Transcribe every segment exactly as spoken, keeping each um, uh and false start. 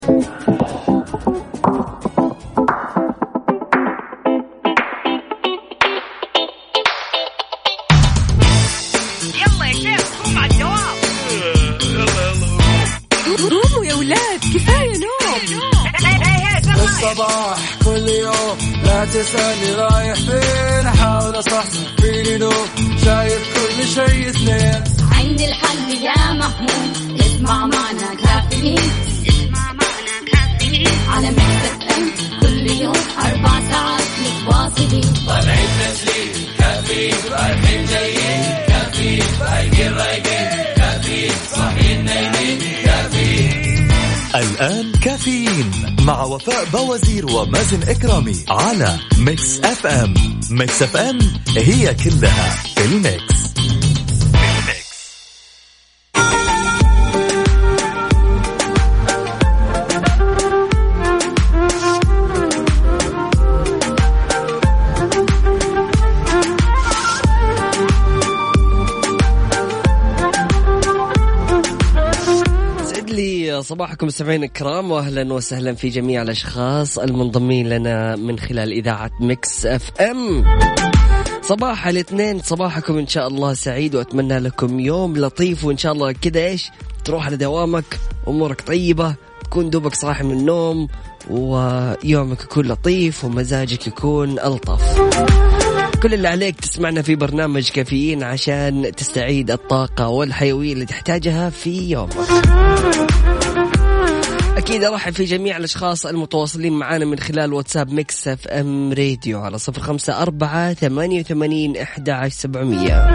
يلا يا شيخ قوم على الدوام. قوموا يا ولاد كفاية نوم. الصباح كل يوم لا تسألني رايح فين، أحاول أصحصح فيني نوم شايف كل شيء اثنين. عندي الحل يا محمود، اسمع معنا كافيين، اسمع معنا كافيين على مكتب أم كل يوم أربع ساعات متواصلين. طالعين تسليم كافيين رايحين جايين كافيين رايقين رايقين كافيين صاحيين نايمين كافيين. الآن كافيين مع وفاء بوازير ومازن إكرامي على ميكس اف ام. ميكس اف ام هي كلها في الميكس. صباحكم مستمعين الكرام، واهلا وسهلا في جميع الاشخاص المنضمين لنا من خلال اذاعه ميكس اف ام. صباح الاثنين، صباحكم ان شاء الله سعيد، واتمنى لكم يوم لطيف، وان شاء الله كذا ايش تروح لدوامك امورك طيبه، تكون دوبك صاحي من النوم ويومك يكون لطيف ومزاجك يكون الطف. كل اللي عليك تسمعنا في برنامج كافيين عشان تستعيد الطاقه والحيويه اللي تحتاجها في يومك. أكيد أرحب في جميع الأشخاص المتواصلين معنا من خلال واتساب ميكس اف ام راديو على صفر خمسة أربعة ثمانية وثمانين أحد عشر سبعمية.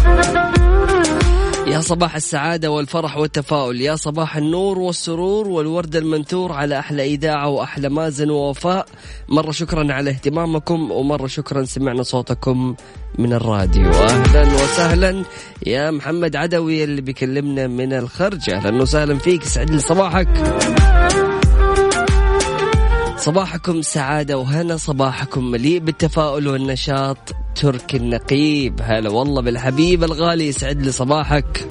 يا صباح السعادة والفرح والتفاؤل، يا صباح النور والسرور والورد المنثور على أحلى إذاعة وأحلى مازن ووفاء. مرة شكرا على اهتمامكم، ومرة شكرا سمعنا صوتكم من الراديو. أهلا وسهلا يا محمد عدوي اللي بيكلمنا من الخرج، أهلا وسهلا فيك، سعد لي صباحك. صباحكم سعادة وهنا، صباحكم مليء بالتفاؤل والنشاط. تركي النقيب، هلا والله بالحبيب الغالي، يسعد لي صباحك.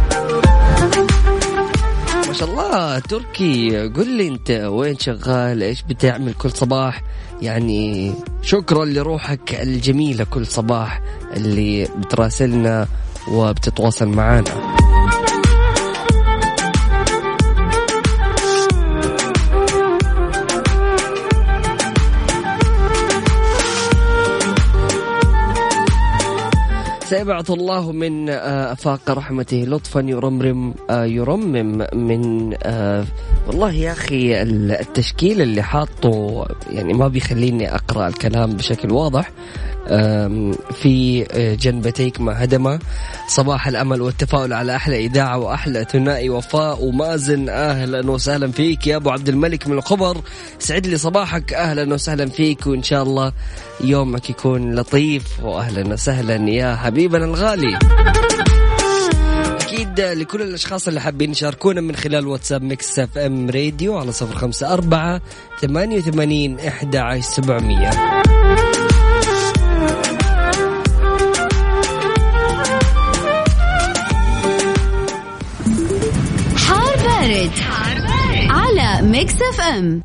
ما شاء الله تركي، قل لي انت وين شغال، ايش بتعمل كل صباح؟ يعني شكرا لروحك الجميلة كل صباح اللي بتراسلنا وبتتواصل معنا. سيبعث الله من أفاق رحمته لطفا يرمرم يرمم من والله يا أخي التشكيل اللي حاطه يعني ما بيخليني أقرأ الكلام بشكل واضح. في جنبتيك ما هدمة، صباح الأمل والتفاؤل على أحلى إذاعة وأحلى ثنائي وفاء ومازن. أهلا وسهلا فيك يا أبو عبد الملك من الخبر، سعد لي صباحك، أهلا وسهلا فيك، وإن شاء الله يومك يكون لطيف. وأهلا وسهلا يا حبيبنا الغالي. أكيد لكل الأشخاص اللي حابين يشاركونا من خلال واتساب ميكس اف ام راديو على صفر خمسة أربعة ثمانية وثمانين أحد عشر سبعمية. حار بارد على ميكس اف ام.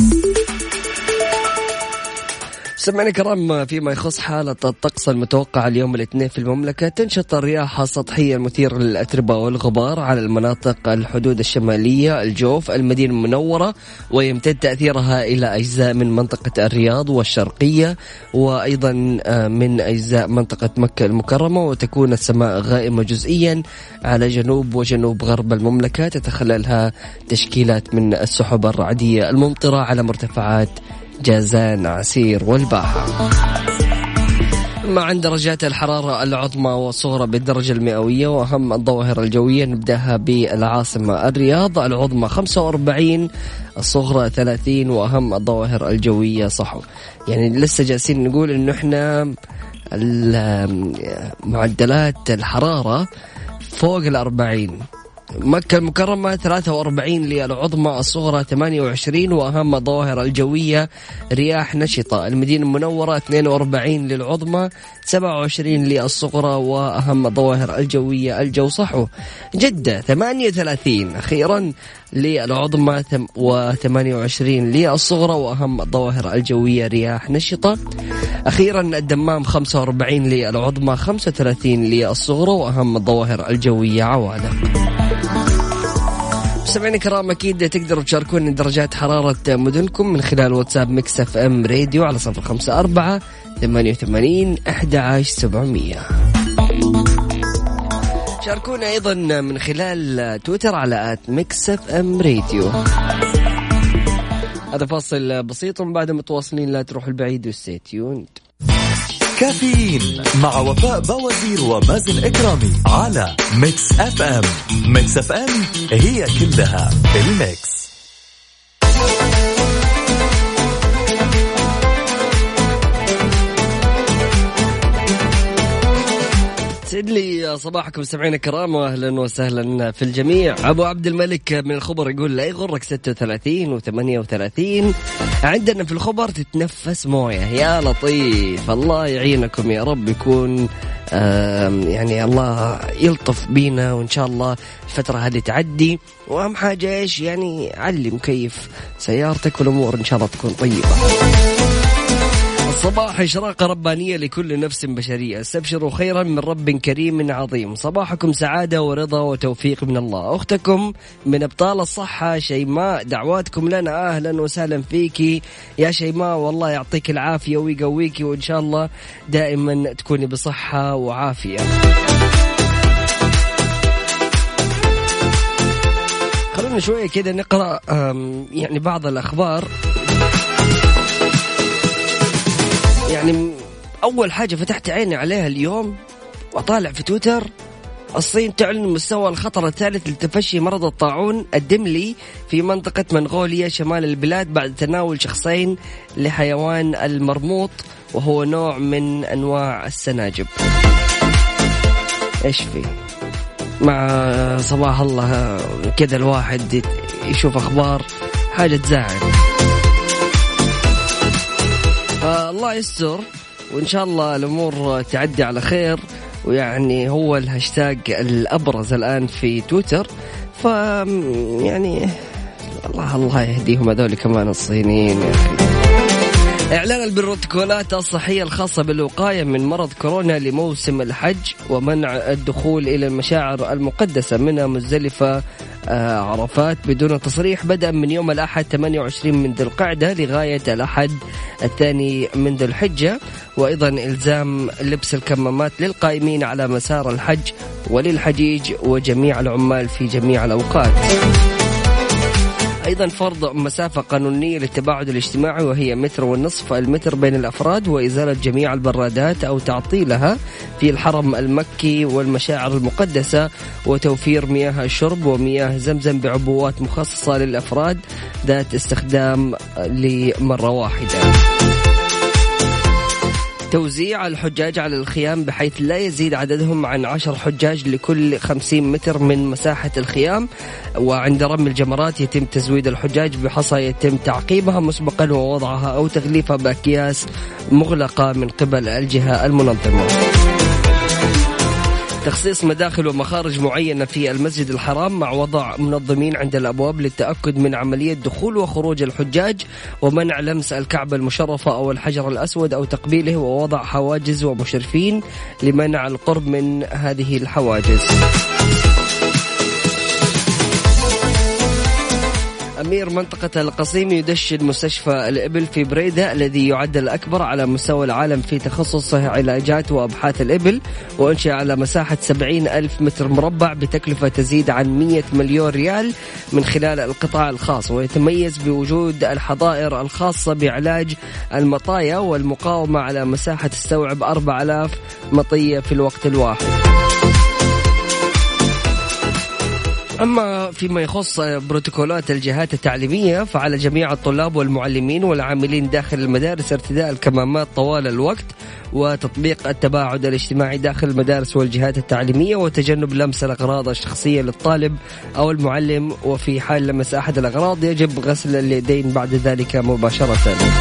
سمعنا الكرام، فيما يخص حالة الطقس المتوقعة اليوم الاثنين في المملكة، تنشط الرياح السطحية المثيرة للأتربة والغبار على المناطق الحدود الشمالية، الجوف، المدينة المنورة، ويمتد تأثيرها إلى أجزاء من منطقة الرياض والشرقية، وأيضا من أجزاء منطقة مكة المكرمة، وتكون السماء غائمة جزئيا على جنوب وجنوب غرب المملكة، تتخللها تشكيلات من السحب الرعدية الممطرة على مرتفعات جازان، عسير والباحة. مع درجات الحرارة العظمى والصغرى بالدرجة المئوية. وأهم الظواهر الجوية نبدأها بالعاصمة الرياض، العظمى خمسة وأربعين، الصغرى ثلاثين، وأهم الظواهر الجوية صحو. يعني لسه جالسين نقول إنه إحنا معدلات الحرارة فوق الأربعين، مكة المكرمة ثلاثة وأربعين للعظمى، الصغرى ثمانية وعشرين، وأهم الظواهر الجوية رياح نشطة. المدينة المنورة اثنين وأربعين للعظمى، سبعة وعشرين للصغرى، وأهم الظواهر الجوية الجو صحو. جدة ثمانية وثلاثين أخيرا للعظمى وثمانية وعشرين للصغرى، وأهم الظواهر الجوية رياح نشطة. أخيرا الدمام خمسة وأربعين للعظمى، خمسة وثلاثين للصغرى، وأهم الظواهر الجوية عوالم. مستمعينا الكرام، أكيد تقدروا تشاركون درجات حرارة مدنكم من خلال واتساب ميكس اف ام راديو على صفر خمسة أربعة ثمانية وثمانين أحد عشر سبعمية. شاركونا أيضا من خلال تويتر على آت ميكس اف ام راديو. هذا فاصل بسيط ومن بعد متواصلين، لا تروح البعيد وستي تيوند. كافيين مع وفاء بوازير ومازن إكرامي على ميكس اف ام. ميكس اف ام هي كلها بالميكس. سعد لي صباحكم سمعين الكرام، واهلا وسهلا في الجميع. ابو عبد الملك من الخبر يقول لا يغرك ستة وثلاثين وثمانية وثلاثين، عندنا في الخبر تتنفس مويه. يا لطيف، الله يعينكم يا رب، يكون يعني الله يلطف بينا وان شاء الله الفتره هذه تعدي. واهم حاجه ايش؟ يعني علي مكيف سيارتك والامور ان شاء الله تكون طيبه. الصباح إشراقة ربانية لكل نفس بشرية، استبشروا خيرا من رب كريم عظيم. صباحكم سعادة ورضا وتوفيق من الله. أختكم من أبطال الصحة شيماء، دعواتكم لنا. أهلا وسهلا فيكي يا شيماء، والله يعطيك العافية ويقويكي، وإن شاء الله دائما تكوني بصحة وعافية. خلونا شوية كده نقرأ يعني بعض الأخبار. يعني أول حاجة فتحت عيني عليها اليوم وطالع في تويتر، الصين تعلن مستوى الخطر الثالث لتفشي مرض الطاعون الدملي في منطقة منغوليا شمال البلاد بعد تناول شخصين لحيوان المرموط، وهو نوع من أنواع السناجب. إيش فيه مع صباح الله كده الواحد يشوف أخبار حاجة تزعل. الله يستر وإن شاء الله الأمور تعدي على خير. ويعني هو الهاشتاج الأبرز الآن في تويتر، ف يعني الله الله يهديهم هذول كمان الصينيين يا أخي. إعلان البروتوكولات الصحية الخاصة بالوقاية من مرض كورونا لموسم الحج ومنع الدخول إلى المشاعر المقدسة منها مزدلفة عرفات بدون تصريح، بدءا من يوم الأحد ثمانية وعشرين من ذي القعدة لغاية الأحد الثاني من ذي الحجة. وأيضا إلزام لبس الكمامات للقائمين على مسار الحج وللحجيج وجميع العمال في جميع الأوقات. أيضا فرض مسافة قانونية للتباعد الاجتماعي وهي متر والنصف المتر بين الأفراد، وإزالة جميع البرادات أو تعطيلها في الحرم المكي والمشاعر المقدسة، وتوفير مياه الشرب ومياه زمزم بعبوات مخصصة للأفراد ذات استخدام لمرة واحدة. توزيع الحجاج على الخيام بحيث لا يزيد عددهم عن عشر حجاج لكل خمسين متر من مساحة الخيام. وعند رمي الجمرات يتم تزويد الحجاج بحصى يتم تعقيبها مسبقا ووضعها أو تغليفها بأكياس مغلقة من قبل الجهة المنظمة. تخصيص مداخل ومخارج معينة في المسجد الحرام مع وضع منظمين عند الأبواب للتأكد من عملية دخول وخروج الحجاج، ومنع لمس الكعبة المشرفة أو الحجر الأسود أو تقبيله، ووضع حواجز ومشرفين لمنع القرب من هذه الحواجز. أمير منطقة القصيم يدشن مستشفى الإبل في بريدة الذي يعد الأكبر على مستوى العالم في تخصصه علاجات وأبحاث الإبل، وأنشأ على مساحة سبعين ألف متر مربع بتكلفة تزيد عن مئة مليون ريال من خلال القطاع الخاص، ويتميز بوجود الحظائر الخاصة بعلاج المطايا والمقاومة على مساحة تستوعب أربعة آلاف مطية في الوقت الواحد. أما فيما يخص بروتوكولات الجهات التعليمية فعلى جميع الطلاب والمعلمين والعاملين داخل المدارس ارتداء الكمامات طوال الوقت وتطبيق التباعد الاجتماعي داخل المدارس والجهات التعليمية وتجنب لمس الأغراض الشخصية للطالب أو المعلم، وفي حال لمس أحد الأغراض يجب غسل اليدين بعد ذلك مباشرة.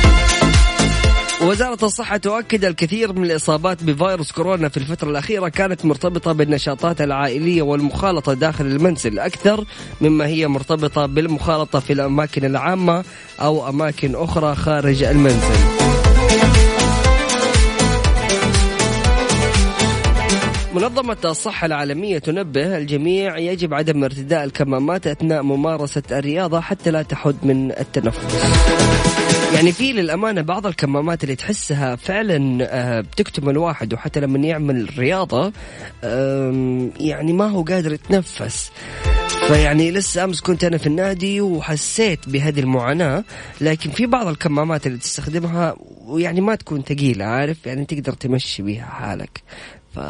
وزارة الصحة تؤكد الكثير من الإصابات بفيروس كورونا في الفترة الأخيرة كانت مرتبطة بالنشاطات العائلية والمخالطة داخل المنزل أكثر مما هي مرتبطة بالمخالطة في الأماكن العامة أو أماكن أخرى خارج المنزل. منظمة الصحة العالمية تنبه الجميع يجب عدم ارتداء الكمامات أثناء ممارسة الرياضة حتى لا تحد من التنفس. يعني في للأمانة بعض الكمامات اللي تحسها فعلا بتكتم الواحد وحتى لما يعمل رياضة يعني ما هو قادر يتنفس. فيعني لسه أمس كنت أنا في النادي وحسيت بهذه المعاناة، لكن في بعض الكمامات اللي تستخدمها ويعني ما تكون ثقيلة، عارف يعني تقدر تمشي بيها حالك. ف...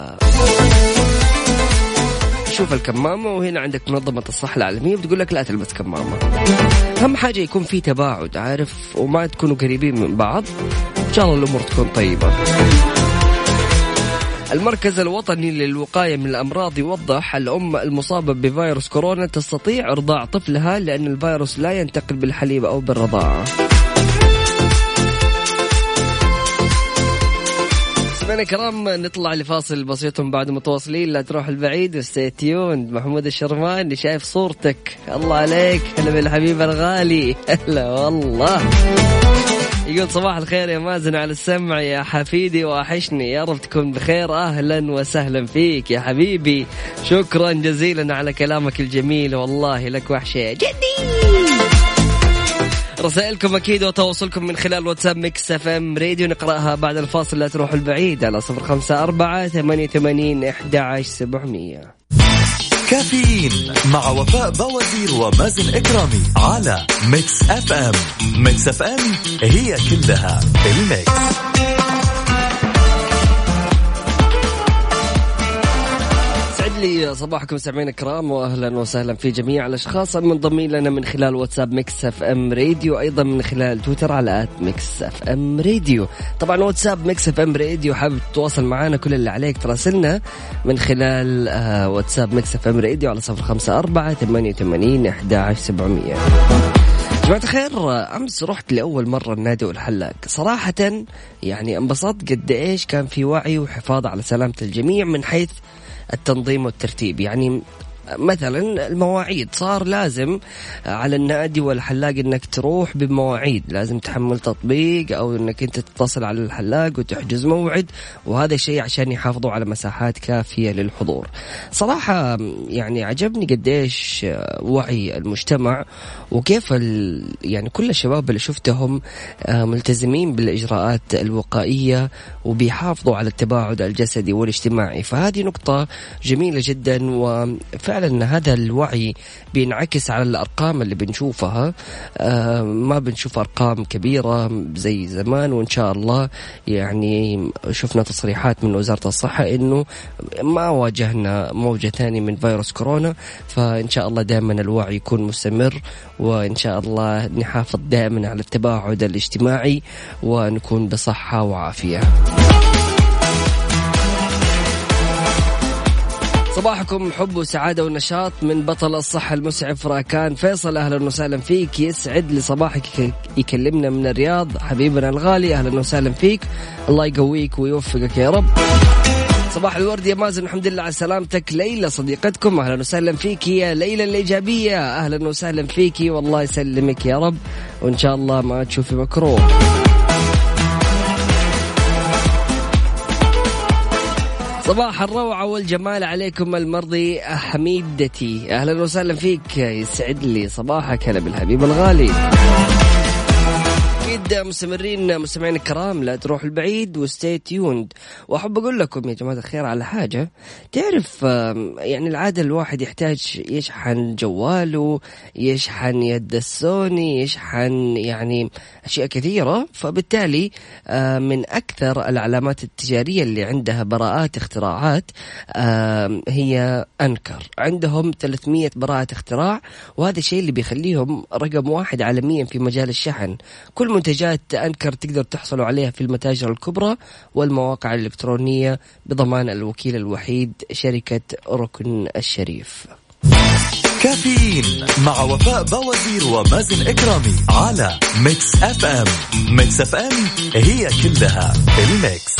شوف الكمامة، وهنا عندك منظمة الصحة العالمية بتقول لك لا تلبس كمامة. أهم حاجة يكون في تباعد، عارف، وما تكونوا قريبين من بعض، إن شاء الله الأمور تكون طيبة. المركز الوطني للوقاية من الأمراض يوضح الأم المصابة بفيروس كورونا تستطيع إرضاع طفلها لأن الفيروس لا ينتقل بالحليب أو بالرضاعة. سمعنا كرام، نطلع لفاصل بسيط بعد متواصلين، لا تروح البعيد وستيون. محمود الشرماني شايف صورتك، الله عليك، هلا بالحبيب الغالي، هلا والله. يقول صباح الخير يا مازن على السمع يا حفيدي وحشني، يا رب تكون بخير. أهلا وسهلا فيك يا حبيبي، شكرا جزيلا على كلامك الجميل، والله لك وحشة جدي. رسائلكم أكيد وتواصلكم من خلال واتساب ميكس اف ام راديو نقرأها بعد الفاصل، لا تروحوا البعيد على صفر خمسة أربعة ثمانية ثمانين أحد عشر سبعمية. كافيين مع وفاء بوازير ومازن إكرامي على ميكس اف ام. ميكس اف ام هي كلها الميكس. لي صباحكم سامعين الكرام، واهلا وسهلا في جميع الاشخاص المنضمين لنا من خلال واتساب ميكس اف ام راديو، ايضا من خلال تويتر على ات ميكس اف ام راديو. طبعا واتساب ميكس اف ام راديو، حابب تتواصل معنا كل اللي عليك تراسلنا من خلال آه واتساب ميكس اف ام راديو على صفر خمسة أربعة ثمانية ثمانين أحد عشر سبعمية. جماعة الخير، أمس رحت لأول مرة النادي والحلاق، صراحة يعني انبسطت قد إيش كان في وعي وحفاظ على سلامة الجميع من حيث التنظيم والترتيب. يعني مثلا المواعيد صار لازم على النادي والحلاق انك تروح بمواعيد، لازم تحمل تطبيق او انك انت تتصل على الحلاق وتحجز موعد، وهذا الشيء عشان يحافظوا على مساحات كافية للحضور. صراحة يعني عجبني قديش وعي المجتمع وكيف يعني كل الشباب اللي شفتهم ملتزمين بالإجراءات الوقائية وبيحافظوا على التباعد الجسدي والاجتماعي، فهذه نقطة جميلة جدا. وفعلا أن هذا الوعي بينعكس على الأرقام اللي بنشوفها، آه ما بنشوف أرقام كبيرة زي زمان، وإن شاء الله يعني شفنا تصريحات من وزارة الصحة إنه ما واجهنا موجة ثانية من فيروس كورونا، فإن شاء الله دائما الوعي يكون مستمر، وإن شاء الله نحافظ دائما على التباعد الاجتماعي ونكون بصحة وعافية. صباحكم حب وسعادة ونشاط من بطل الصحة المسعف راكان فيصل، أهلا وسهلا فيك، يسعد لي صباحك، يكلمنا من الرياض حبيبنا الغالي، أهلا وسهلا فيك، الله يقويك ويوفقك يا رب. صباح الورد يا مازن، الحمد لله على سلامتك. ليلى صديقتكم، أهلا وسهلا فيك يا ليلى الإيجابية، أهلا وسهلا فيك، والله يسلمك يا رب، وإن شاء الله ما تشوفي مكروه. صباح الروعة والجمال عليكم المرضي حميدتي، أهلا وسهلا فيك، يسعد لي صباحك، هلا بالحبيب الغالي. أكيد مستمرين مستمعين الكرام، لا تروح البعيد وستي تيوند. وأحب أقول لكم يا جماعة الخير على حاجة تعرف، يعني العادة الواحد يحتاج يشحن جواله، يشحن يد السوني، يشحن يعني أشياء كثيرة. فبالتالي من أكثر العلامات التجارية اللي عندها براءات اختراعات هي أنكر. عندهم ثلاثمية براءة اختراع، وهذا الشيء اللي بيخليهم رقم واحد عالميا في مجال الشحن. كل منتجات أنكر تقدر تحصلوا عليها في المتاجر الكبرى والمواقع الإلكترونية بضمان الوكيل الوحيد شركة ركن الشريف. كافيين مع وفاء بوازير ومازن إكرامي على ميكس اف ام. ميكس اف ام هي كلها الميكس.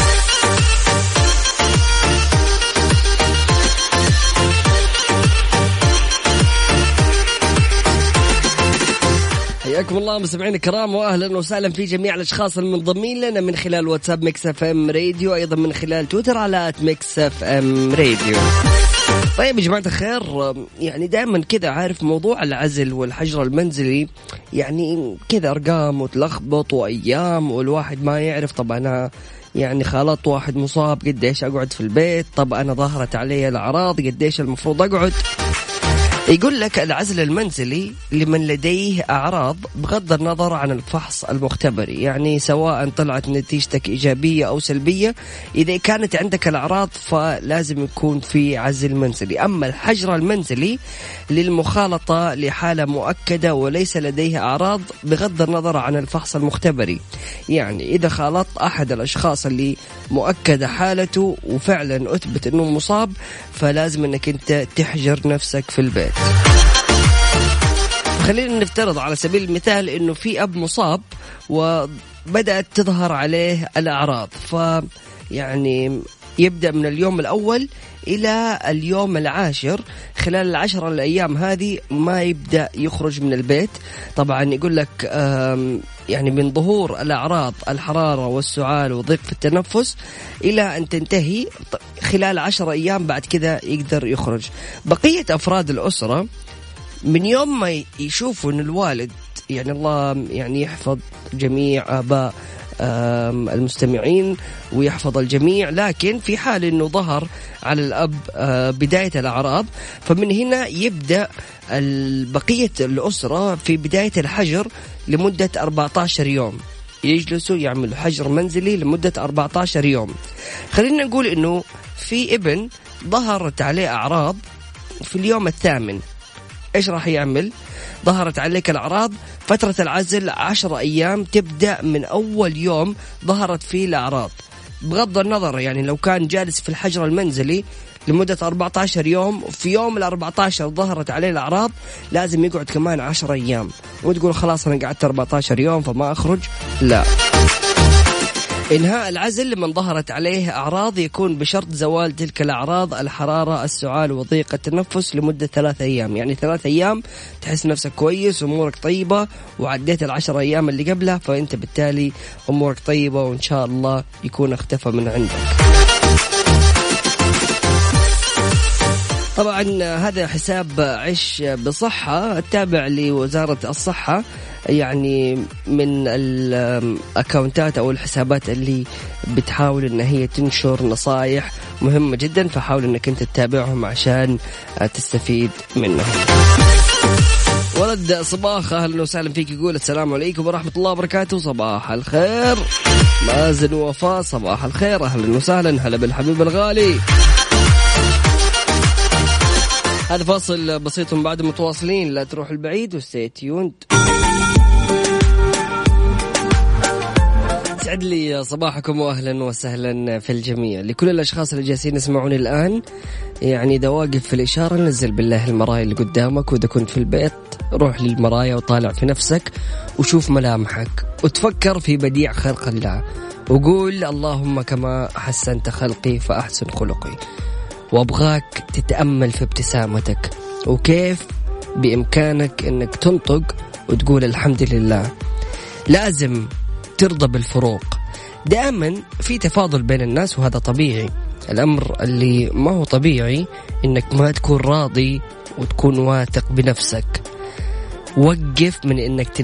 حياكم الله مستمعين الكرام، واهلا وسهلا في جميع الاشخاص المنضمين لنا من خلال واتساب ميكس اف ام راديو، ايضا من خلال تويتر على ميكس اف ام راديو. طيب يا جماعة الخير، يعني دائما كذا عارف موضوع العزل والحجر المنزلي يعني كذا أرقام وتلخبط وأيام، والواحد ما يعرف. طب أنا يعني خالط واحد مصاب قديش أقعد في البيت، طب أنا ظهرت علي الأعراض قديش المفروض أقعد. يقول لك العزل المنزلي لمن لديه أعراض بغض النظر عن الفحص المختبري، يعني سواء طلعت نتيجتك إيجابية أو سلبية، إذا كانت عندك الأعراض فلازم يكون في عزل منزلي. أما الحجر المنزلي للمخالطة لحالة مؤكدة وليس لديها أعراض بغض النظر عن الفحص المختبري، يعني إذا خالطت أحد الأشخاص اللي مؤكدة حالته وفعلا أثبت أنه مصاب، فلازم أنك أنت تحجر نفسك في البيت. خلينا نفترض على سبيل المثال أنه في أب مصاب وبدأت تظهر عليه الأعراض، فيعني يبدأ من اليوم الأول إلى اليوم العاشر، خلال العشرة الأيام هذه ما يبدأ يخرج من البيت. طبعا يقول لك يعني من ظهور الأعراض الحرارة والسعال وضيق في التنفس إلى أن تنتهي خلال عشرة أيام، بعد كذا يقدر يخرج. بقية أفراد الأسرة من يوم ما يشوفوا أن الوالد، يعني الله يعني يحفظ جميع آباء المستمعين ويحفظ الجميع، لكن في حال أنه ظهر على الأب بداية الأعراض، فمن هنا يبدأ بقية الأسرة في بداية الحجر لمدة أربعة عشر يوم، يجلسوا يعملوا حجر منزلي لمدة أربعة عشر يوم. خلينا نقول أنه في ابن ظهرت عليه أعراض في اليوم الثامن، إيش راح يعمل؟ ظهرت عليك الأعراض، فترة العزل عشر أيام تبدأ من أول يوم ظهرت فيه الأعراض، بغض النظر يعني لو كان جالس في الحجر المنزلي لمدة أربعة عشر يوم، في يوم الأربعة عشر ظهرت عليه الأعراض، لازم يقعد كمان عشر أيام. وتقول خلاص أنا قعدت أربعة عشر يوم فما أخرج، لا. إنهاء العزل لمن ظهرت عليه أعراض يكون بشرط زوال تلك الأعراض الحرارة السعال وضيق التنفس لمدة ثلاثة أيام، يعني ثلاثة أيام تحس نفسك كويس وأمورك طيبة وعديت العشر أيام اللي قبلها، فأنت بالتالي أمورك طيبة وإن شاء الله يكون اختفى من عندك. طبعا هذا حساب عش بصحة التابع لوزارة الصحة، يعني من الأكاونتات أو الحسابات اللي بتحاول أن هي تنشر نصايح مهمة جدا، فحاول أنك أنت تتابعهم عشان تستفيد منهم. ولد صباح أهلا وسهلا فيك، يقول السلام عليكم ورحمة الله وبركاته. صباح الخير مازن وفاء، صباح الخير أهلا وسهلا، هلا بالحبيب الغالي. هذا فاصل بسيط بعد متواصلين، لا تروح البعيد وستي تيوند. سعد لي صباحكم واهلا وسهلا في الجميع. لكل الاشخاص اللي جالسين يسمعوني الان، يعني اذا واقف في الاشاره نزل بالله المرايه اللي قدامك، واذا كنت في البيت روح للمرايه وطالع في نفسك وشوف ملامحك وتفكر في بديع خلق الله، وقول اللهم كما حسنت خلقي فاحسن خلقي. وابغاك تتامل في ابتسامتك وكيف بامكانك انك تنطق وتقول الحمد لله. لازم ترضى بالفروق. دائما في تفاضل بين الناس وهذا طبيعي. الأمر اللي ما هو طبيعي إنك ما تكون راضي وتكون واثق بنفسك. وقف من إنك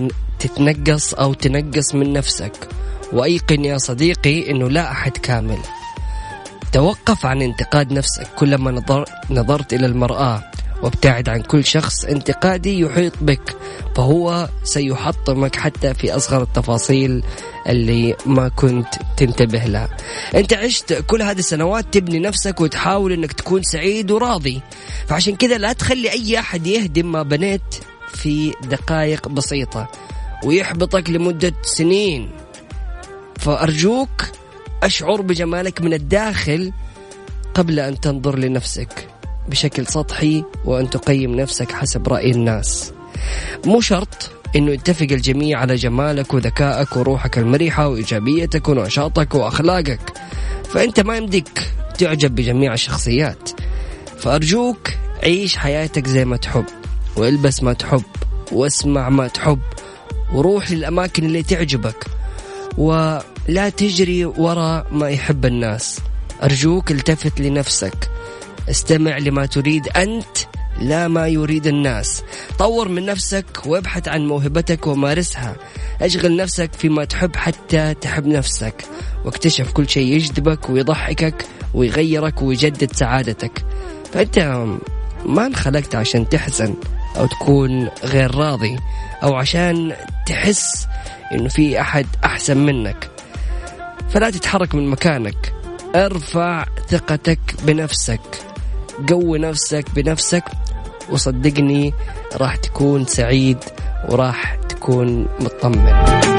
تتنقص أو تنقص من نفسك، وأيقن يا صديقي أنه لا أحد كامل. توقف عن انتقاد نفسك كلما نظر نظرت إلى المرآة، وابتعد عن كل شخص انتقادي يحيط بك، فهو سيحطمك حتى في أصغر التفاصيل اللي ما كنت تنتبه لها. انت عشت كل هذه السنوات تبني نفسك وتحاول انك تكون سعيد وراضي، فعشان كذا لا تخلي اي احد يهدم ما بنيت في دقائق بسيطة ويحبطك لمدة سنين. فأرجوك أشعر بجمالك من الداخل قبل أن تنظر لنفسك بشكل سطحي وأن تقيم نفسك حسب رأي الناس. مو شرط إنه يتفق الجميع على جمالك وذكائك وروحك المريحة وإيجابيتك ونشاطك وأخلاقك، فأنت ما يمديك تعجب بجميع الشخصيات. فأرجوك عيش حياتك زي ما تحب، والبس ما تحب، واسمع ما تحب، وروح للأماكن اللي تعجبك، ولا تجري وراء ما يحب الناس. أرجوك التفت لنفسك، استمع لما تريد أنت لا ما يريد الناس. طور من نفسك وابحث عن موهبتك ومارسها. اشغل نفسك فيما تحب حتى تحب نفسك، واكتشف كل شيء يجذبك ويضحكك ويغيرك ويجدد سعادتك. فأنت ما انخلقت عشان تحزن أو تكون غير راضي أو عشان تحس إنه في أحد أحسن منك. فلا تتحرك من مكانك، ارفع ثقتك بنفسك، قوي نفسك بنفسك، وصدقني راح تكون سعيد وراح تكون مطمن.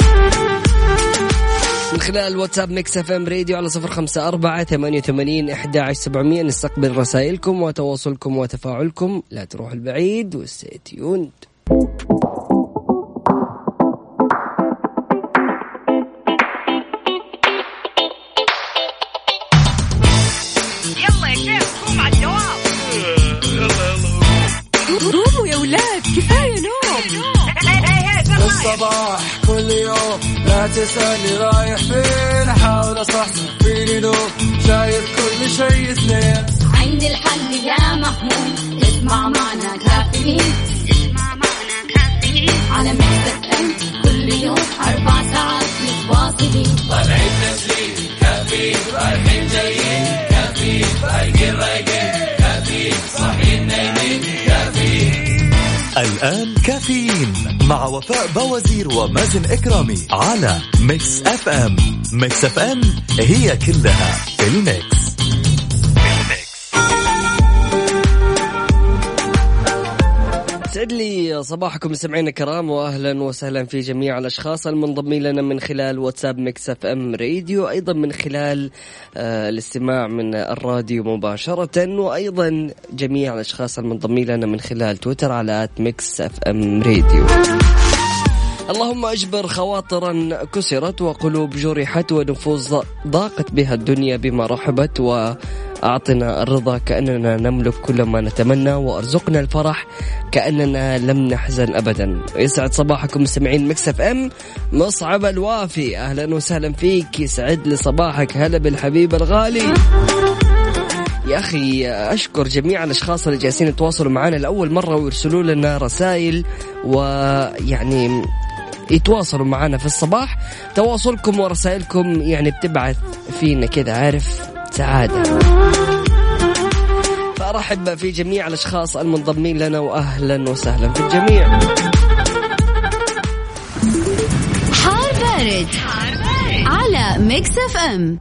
من خلال واتساب ميكس اف ام راديو على صفر خمسة أربعة ثمانية ثمانين أحد عشر سبعمية نستقبل رسائلكم وتواصلكم وتفاعلكم. لا تروح البعيد وستي تيوند. يلا يا شيخ قوم على الدوام. قوموا يا ولاد كفاية نوم. الصباح كل يوم لا تسألني رايح فين، أحاول أصحصح فيني نوم، شايف كل شيء اثنين. عندي الحل يا محمود، اسمع معنا كافيين، اسمع معنا كافيين على ميكس اف ام كل يوم أربع ساعات متواصلين. طالعين تسليم كافيين، رايحين جايين كافيين، رايقين رايقين كافيين، صاحيين نايمين كافيين. الآن كافيين مع وفاء بوازير ومازن إكرامي على ميكس اف ام. ميكس اف ام هي كلها في الميكس. سعد لي صباحكم مستمعينا الكرام، واهلا وسهلا في جميع الاشخاص المنضمين لنا من خلال واتساب ميكس اف ام راديو، ايضا من خلال آه الاستماع من الراديو مباشره، وايضا جميع الاشخاص المنضمين لنا من خلال تويتر على آت ميكس اف ام راديو. اللهم أجبر خواطرا كسرت وقلوب جرحت ونفوس ضاقت بها الدنيا بما رحبت، وأعطنا الرضا كأننا نملك كل ما نتمنى، وأرزقنا الفرح كأننا لم نحزن أبدا. يسعد صباحكم مستمعين ميكس اف ام. مصعب الوافي أهلا وسهلا فيك، يسعد لي صباحك، هلا بالحبيب الغالي. يا أخي أشكر جميع الأشخاص اللي جالسين يتواصلوا معنا لأول مرة ويرسلوا لنا رسائل ويعني يتواصلوا معنا في الصباح. تواصلكم ورسائلكم يعني بتبعث فينا كذا عارف سعادة. فأرحب في جميع الأشخاص المنضمين لنا وأهلا وسهلا في الجميع. حار بارد على ميكس اف ام.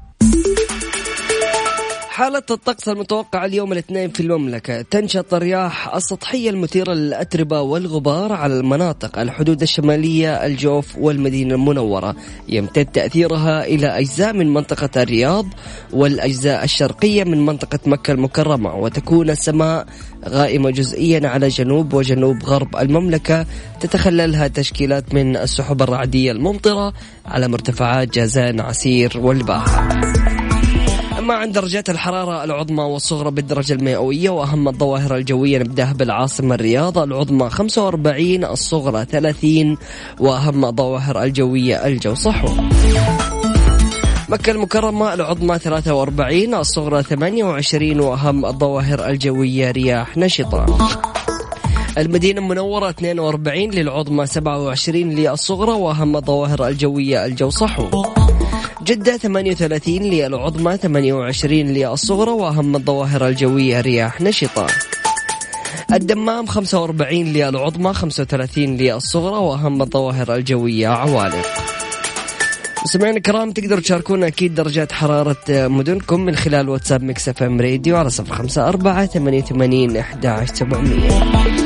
حالة الطقس المتوقعة اليوم الاثنين في المملكة: تنشط الرياح السطحية المثيرة للأتربة والغبار على المناطق الحدود الشمالية، الجوف والمدينة المنورة. يمتد تأثيرها إلى أجزاء من منطقة الرياض والأجزاء الشرقية من منطقة مكة المكرمة، وتكون السماء غائمة جزئيا على جنوب وجنوب غرب المملكة، تتخللها تشكيلات من السحب الرعدية الممطرة على مرتفعات جازان، عسير والباحة. أما عن درجات الحرارة العظمى والصغرى بالدرجة المئوية، وأهم الظواهر الجوية نبدأ بالعاصمة الرياض، العظمى خمسة وأربعين، الصغرى ثلاثين، وأهم الظواهر الجوية الجو صحو. مكة المكرمة العظمى ثلاثة وأربعين، الصغرى ثمانية وعشرين، وأهم الظواهر الجوية رياح نشطة. المدينة المنورة اثنين وأربعين، للعظمى سبعة وعشرين، للصغرى، وأهم الظواهر الجوية الجو صحو. جدة ثمانية وثلاثين، للعظمى ثمانية وعشرين، للصغرى، وأهم الظواهر الجوية رياح نشطة. الدمام خمسة وأربعين، للعظمى خمسة وثلاثين، للصغرى، وأهم الظواهر الجوية عوالق. سمعنا الكرام، تقدروا تشاركونا أكيد درجات حرارة مدنكم من خلال واتساب ميكس اف ام راديو على صفر خمسة أربعة ثمانية ثمانين أحد عشر سبعمية.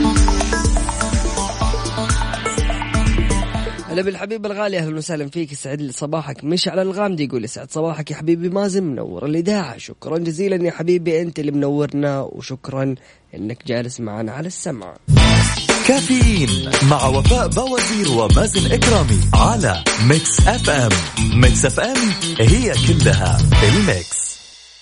هلا بالحبيب الغالي، أهلا وسهلا فيك، يسعد لي صباحك. مشعل الغامدي يقول يسعد صباحك يا حبيبي مازن، منور الإذاعة. شكرا جزيلا يا حبيبي، أنت اللي منورنا، وشكرا إنك جالس معنا على السمع. كافيين مع وفاء بوازير ومازن إكرامي على ميكس اف ام. ميكس اف ام هي كلها الميكس.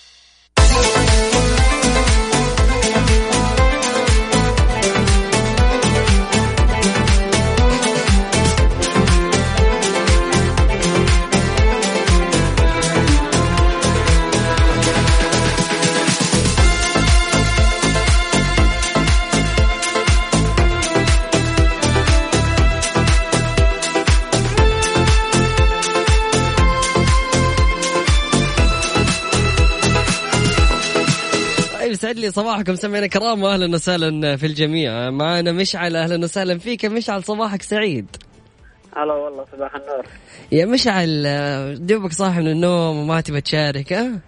يسعد لي صباحكم سمعنا كرام، واهلا وسهلا في الجميع. معنا مشعل، اهلا وسهلا فيك مشعل، صباحك سعيد. هلا والله، صباح النور يا مشعل. دوبك صاحي من النوم وما تبى تشارك ها؟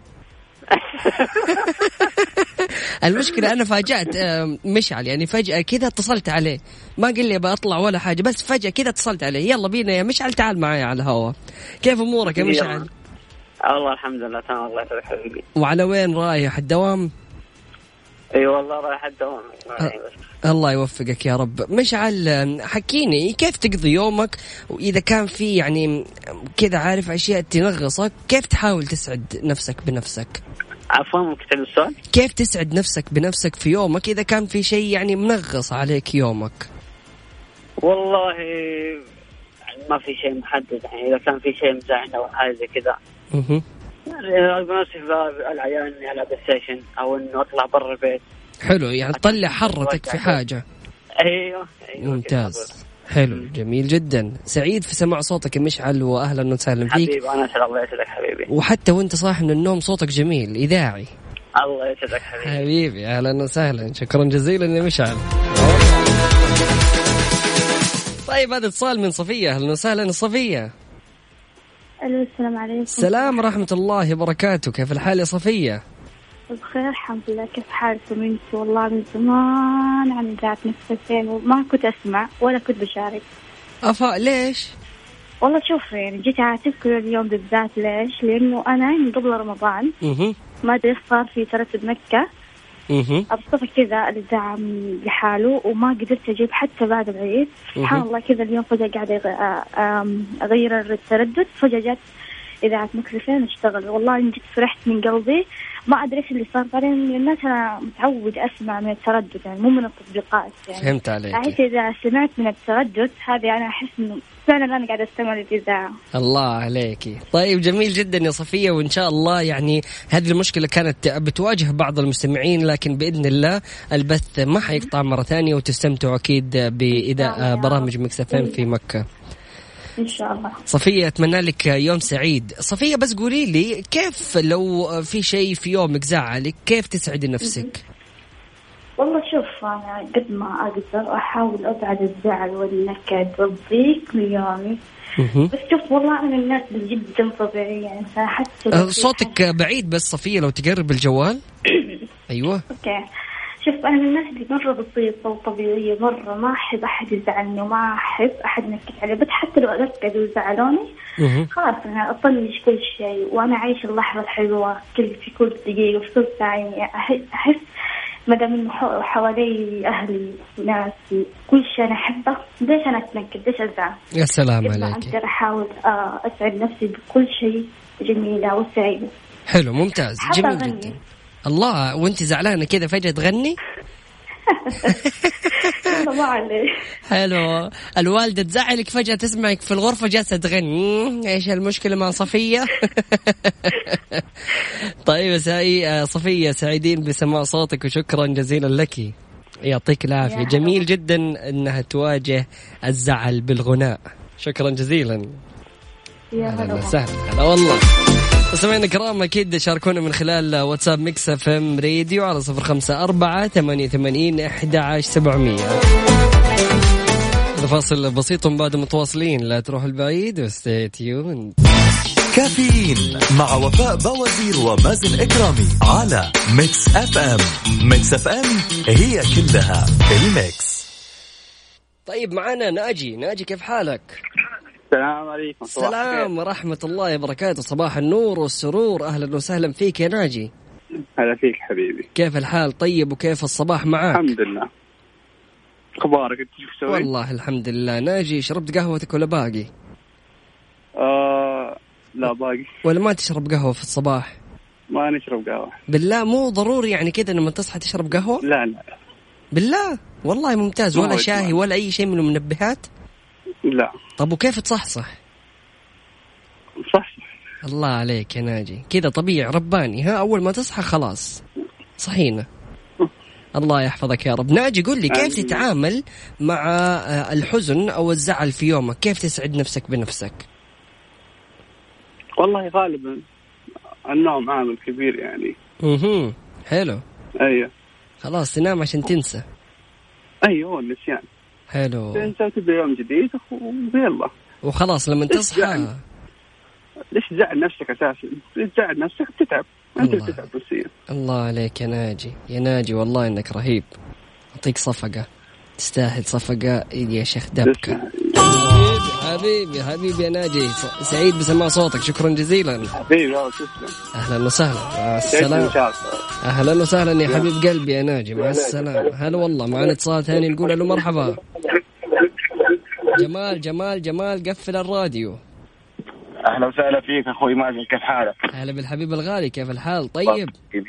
المشكلة أنا فاجأت مشعل، يعني فجأة كذا اتصلت عليه، ما قل لي بأطلع ولا حاجة، بس فجأة كذا اتصلت عليه، يلا بينا يا مشعل تعال معايا على الهواء. كيف أمورك يا مشعل؟ الله الحمد لله تمام، الله يسعدك حبيبي. وعلى وين رايح؟ الدوام؟ اي والله رايح الدوام. أه الله يوفقك يا رب. مشعل حكيني كيف تقضي يومك، وإذا كان في يعني كذا عارف أشياء تنغصك، كيف تحاول تسعد نفسك بنفسك؟ عفوا ممكن تعيد السؤال؟ كيف تسعد نفسك بنفسك في يومك إذا كان في شيء يعني منغص عليك يومك؟ والله ما في شيء محدد، يعني إذا كان في شيء مزعلنا أو حاجة زي كذا اها يعني أقول نفسي العيال إني ألعب بلاي ستيشن أو إنه أطلع برا البيت. حلو، يعني تطلع حرتك في حاجة. أيوه, أيوه ممتاز، حلو جميل جدا. سعيد في سماع صوتك يا مشعل، وأهلا وسهلا فيك حبيبي. أنا أسعد الله يسعدك حبيبي، وحتى وانت صاحي من النوم صوتك جميل إذاعي. الله يسعدك حبيبي حبيبي، أهلا وسهلا، شكرا جزيلا يا مشعل. طيب هذا اتصال من صفية، أهلا وسهلا صفية. ألو السلام عليكم. السلام ورحمة الله وبركاته، كيف الحال يا صفية؟ بخير الحمد لله، كيف حالكم انتم؟ والله من زمان عن ذات نفسين وما كنت أسمع ولا كنت بشارك. أفا ليش؟ والله شوف يعني جيت أعاتبكم اليوم بالذات. ليش؟ لأنه أنا من قبل رمضان اها ما أدري صار في ترتب مكة، اها أبصفه كذا الإذاعة لحاله وما قدرت أجيب حتى بعد العيد. سبحان الله كذا اليوم فجأة قاعدة أغير التردد، فجأة جت إذاعة مكسفين اشتغل. والله إن جيت فرحت من قلبي، ما أدري إيش اللي صار. بعدين الناس أنا متعود أسمع من التردد، يعني مو من التطبيقات. يعني فهمت عليك. أحس إذا سمعت من التردد هذه أنا أحس إنه فعلا أنا قاعدة أستمع للإذاعة. الله عليكي. طيب جميل جدا يا صفية، وإن شاء الله يعني هذه المشكلة كانت بتواجه بعض المستمعين، لكن بإذن الله البث ما حيقطع مرة ثانية، وتستمتعوا أكيد بإذاعة برامج ميكس اف ام في مكة إن شاء الله. صفية أتمنى لك يوم سعيد. صفية بس قولي لي، كيف لو في شيء في يومك زعلك كيف تسعدي نفسك؟ والله شوف أنا قد ما أقدر أحاول أبعد الزعل والنكد والضيق من يومي. بس شوف والله أنا الناس جدا طبيعية، يعني حتى صوتك بعيد بس صفية لو تقرب الجوال. أيوة أوكي. شوف أنا من الناس اللي مرة بسيطة وطبيعية مرة، ما أحب أحد يزعلني وما أحب أحد نكت عليه، بس حتى لو أركز وزعلوني خلاص أنا أطنش كل شيء وأنا عايش اللحظة الحلوة كل في كل دقيقة وفي كل ساعة. يعني أحس أحس مدام إنه حوالي أهلي وناسي كل شيء أنا أحبه، ليش أنا أتنكد؟ ليش أزعل؟ يا سلام عليك. أقدر أحاول أسعد نفسي بكل شيء جميلة وسعيدة. حلو ممتاز جميل جدا. الله، وانت زعلانة كذا فجأة تغني؟ ما عليه. حلو. الوالدة تزعلك فجأة تسمعك في الغرفة جالسة تغني، ايش المشكلة مع صفية؟ طيب سعي صفية، سعيدين بسماع صوتك وشكرا جزيلا لك. يعطيك العافية. جميل جدا أنها تواجه الزعل بالغناء. شكرا جزيلا. أهلا وسهلا. هلا والله. مستمعينا الكرام أكيد شاركونا من خلال واتساب ميكس اف ام راديو على صفر خمسة أربعة ثمانية ثمانين أحد عشر سبعمية. فاصل بسيط بعد متواصلين، لا تروح البعيد وستي تيون. كافيين مع وفاء بوازير ومازن إكرامي على ميكس اف ام. ميكس اف ام هي كلها الميكس. طيب معنا ناجي. ناجي كيف حالك؟ السلام عليكم. السلام ورحمة الله وبركاته. صباح النور والسرور. أهلا وسهلا فيك يا ناجي. هلا فيك حبيبي. كيف الحال؟ طيب وكيف الصباح معاك؟ الحمد لله. أخبارك أنت شو تسوي؟ والله الحمد لله. ناجي شربت قهوتك ولا باقي؟ آه لا باقي. ولا ما تشرب قهوة في الصباح؟ ما نشرب قهوة. بالله مو ضروري يعني كذا لما تصحى تشرب قهوة؟ لا لا بالله والله ممتاز. ولا شاهي ولا أي شيء من المنبهات؟ لا. طب وكيف تصحصح؟ صح. الله عليك يا ناجي، كذا طبيعي رباني. ها أول ما تصحى خلاص صحينا. الله يحفظك يا رب. ناجي قل لي كيف تتعامل مع الحزن أو الزعل في يومك؟ كيف تسعد نفسك بنفسك؟ والله غالبا النوم عامل كبير يعني. اها حلو. ايوه خلاص تنام عشان تنسى. ايوه النسيان. حلو. تنسى وتبدأ يوم جديد ويلا وخلاص لما تصحى. ليش تزعل نفسك أساسا؟ ليش تزعل نفسك؟ بتتعب أنت بتتعب نفسيا. الله عليك يا ناجي. يا ناجي والله إنك رهيب. أعطيك صفقة، تستاهل صفقة يا شيخ دبكة. حبيبي حبيبي يا ناجي، سعيد بسماع صوتك. شكرا جزيلا حبيبي. أهلا وسهلا. مع السلامة. أهلا وسهلا يا حبيب قلبي يا ناجي. مع السلامة. هلا والله. معنا اتصال ثاني نقول له مرحبا. جمال جمال جمال قفل الراديو. أهلا وسهلا فيك أخوي مازن، كيف حالك؟ هلا بالحبيب الغالي، كيف الحال؟ طيب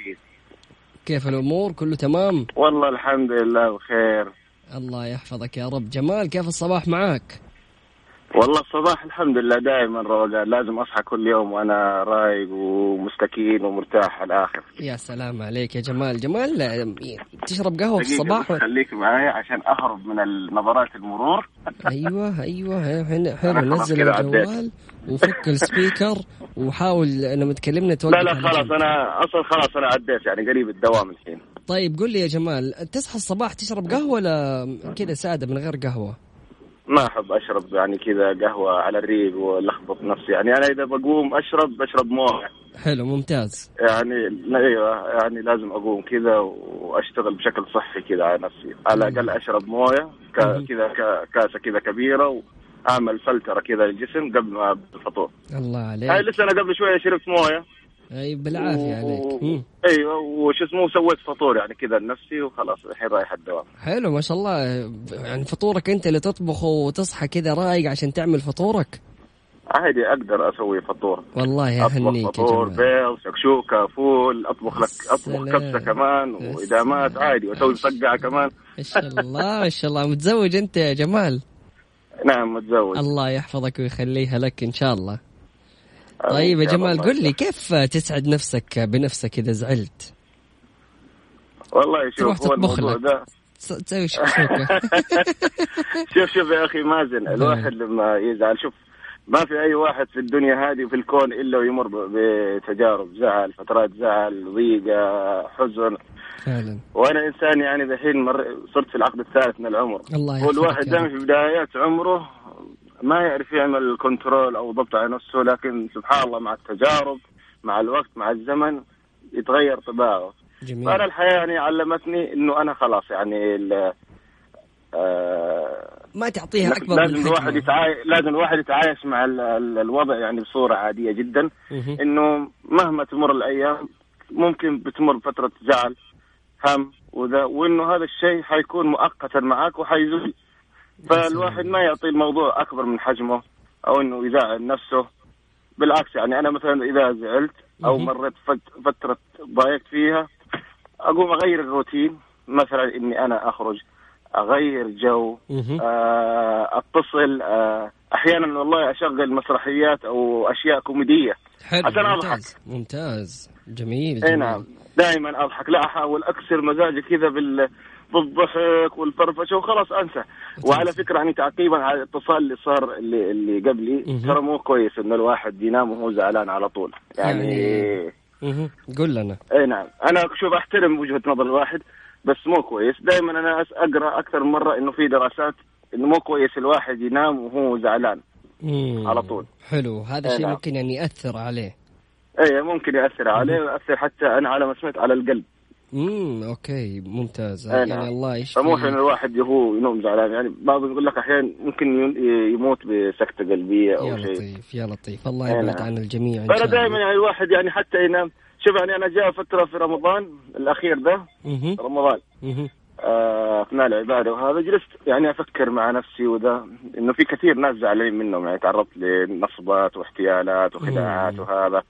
كيف الأمور؟ كله تمام؟ والله الحمد لله بخير. الله يحفظك يا رب. جمال كيف الصباح معاك؟ والله الصباح الحمد لله دائما روقان، لازم أصحى كل يوم وأنا رايق ومستكين ومرتاح على الآخر. يا سلام عليك يا جمال. جمال تشرب قهوة في الصباح؟ خليك معايا عشان أهرب من النظرات المرور. أيوة أيوة حلو. نزل الجوال وفك السبيكر وحاول لما تكلمنا توقف. لا لا خلاص أنا أصلا خلاص أنا عديت يعني قريب الدوام الحين. طيب قل لي يا جمال، تصحى الصباح تشرب قهوة ولا كذا سادة من غير قهوة؟ ما أحب أشرب يعني كذا قهوة على الريق ولخبط نفسي يعني. أنا إذا بقوم أشرب بشرب موية. حلو ممتاز. يعني أيوة يعني لازم أقوم كذا وأشتغل بشكل صحي كذا على نفسي. على الأقل أشرب موية كذا كاسة كذا كبيرة وأعمل فلترة كذا للجسم قبل ما الفطور. الله عليك. هاي لسه أنا قبل شوية شربت موية. أي بالعافية و... عليك. أيوة وش اسمه سويت فطور يعني كذا لنفسي وخلاص الحين رايح الدوام. حلو ما شاء الله. يعني فطورك أنت اللي تطبخه وتصحى كذا رايق عشان تعمل فطورك؟ عادي أقدر أسوي فطور. والله يا هنيك. أطبخ فطور بيض شكشوكة فول، أطبخ لك أطبخ كبسة كمان وإدامات عادي وأسوي مسقعة كمان. ما شاء الله ما شاء الله. متزوج أنت يا جمال؟ نعم متزوج. الله يحفظك ويخليها لك إن شاء الله. طيب يا جمال قل لي كيف تسعد نفسك بنفسك إذا زعلت؟ والله شوف هو الموضوع ده تسوي شكشوكة. شوف شوف يا أخي مازن، الواحد لما يزعل شوف ما في أي واحد في الدنيا هذه وفي الكون إلا ويمر بتجارب زعل، فترات زعل، ضيقة، حزن فعلا. وأنا إنسان يعني دحين مر... صرت في العقد الثالث من العمر. والواحد دائما في بدايات عمره ما يعرف يعمل كنترول أو ضبط على نفسه، لكن سبحان الله مع التجارب مع الوقت مع الزمن يتغير طباعه. فأنا الحياة يعني علمتني إنه أنا خلاص يعني آه ما تعطيها أكبر لازم من الواحد يتعايش لازم الواحد يتعايش مع ال ال الوضع يعني بصورة عادية جدا. إنه مهما تمر الأيام ممكن بتمر فترة زعل هم وذا، وإنه هذا الشيء حيكون مؤقتا معك وحيزول. فالواحد ما يعطي الموضوع أكبر من حجمه أو إنه يزعل نفسه. بالعكس يعني أنا مثلا إذا زعلت أو مريت فترة ضايقت فيها أقوم أغير الروتين، مثلا إني أنا أخرج أغير جو آه، أتصل آه، أحيانا والله أشغل مسرحيات أو أشياء كوميدية عشان أضحك. ممتاز جميل, جميل. نعم دائما أضحك، لا أحاول أكسر مزاجي كذا بال بالضحك والفرفشه وخلاص انسى. وعلى فكره يعني تعقيبا على الاتصال اللي صار اللي, اللي قبلي، ترى مو كويس انه الواحد ينام وهو زعلان على طول يعني, يعني... قول لنا. اي نعم، انا شوف احترم وجهه نظر الواحد بس مو كويس. دائما انا اقرا اكثر من مره انه في دراسات انه مو كويس الواحد ينام وهو زعلان مم. على طول. حلو، هذا الشيء نعم. ممكن يعني ياثر عليه. اي ممكن ياثر عليه ويأثر حتى انا على ما سمعت على القلب. امم اوكي ممتاز. يعني نعم. الله يشفي. فمو حين الواحد هو ينوم زعلان، يعني بعضهم يقول لك احيانا ممكن يموت بسكتة قلبية او شيء. يا لطيف يا لطيف، الله يبعد عن الجميع. فانا دائما يعني الواحد يعني حتى ينام. شوف يعني انا جاء فترة في رمضان الاخير ده مه. رمضان آه اثناء العبادة وهذا جلست يعني افكر مع نفسي وده انه في كثير ناس زعلانين منهم، يعني تعرضت لنصبات واحتيالات وخداعات وهذا.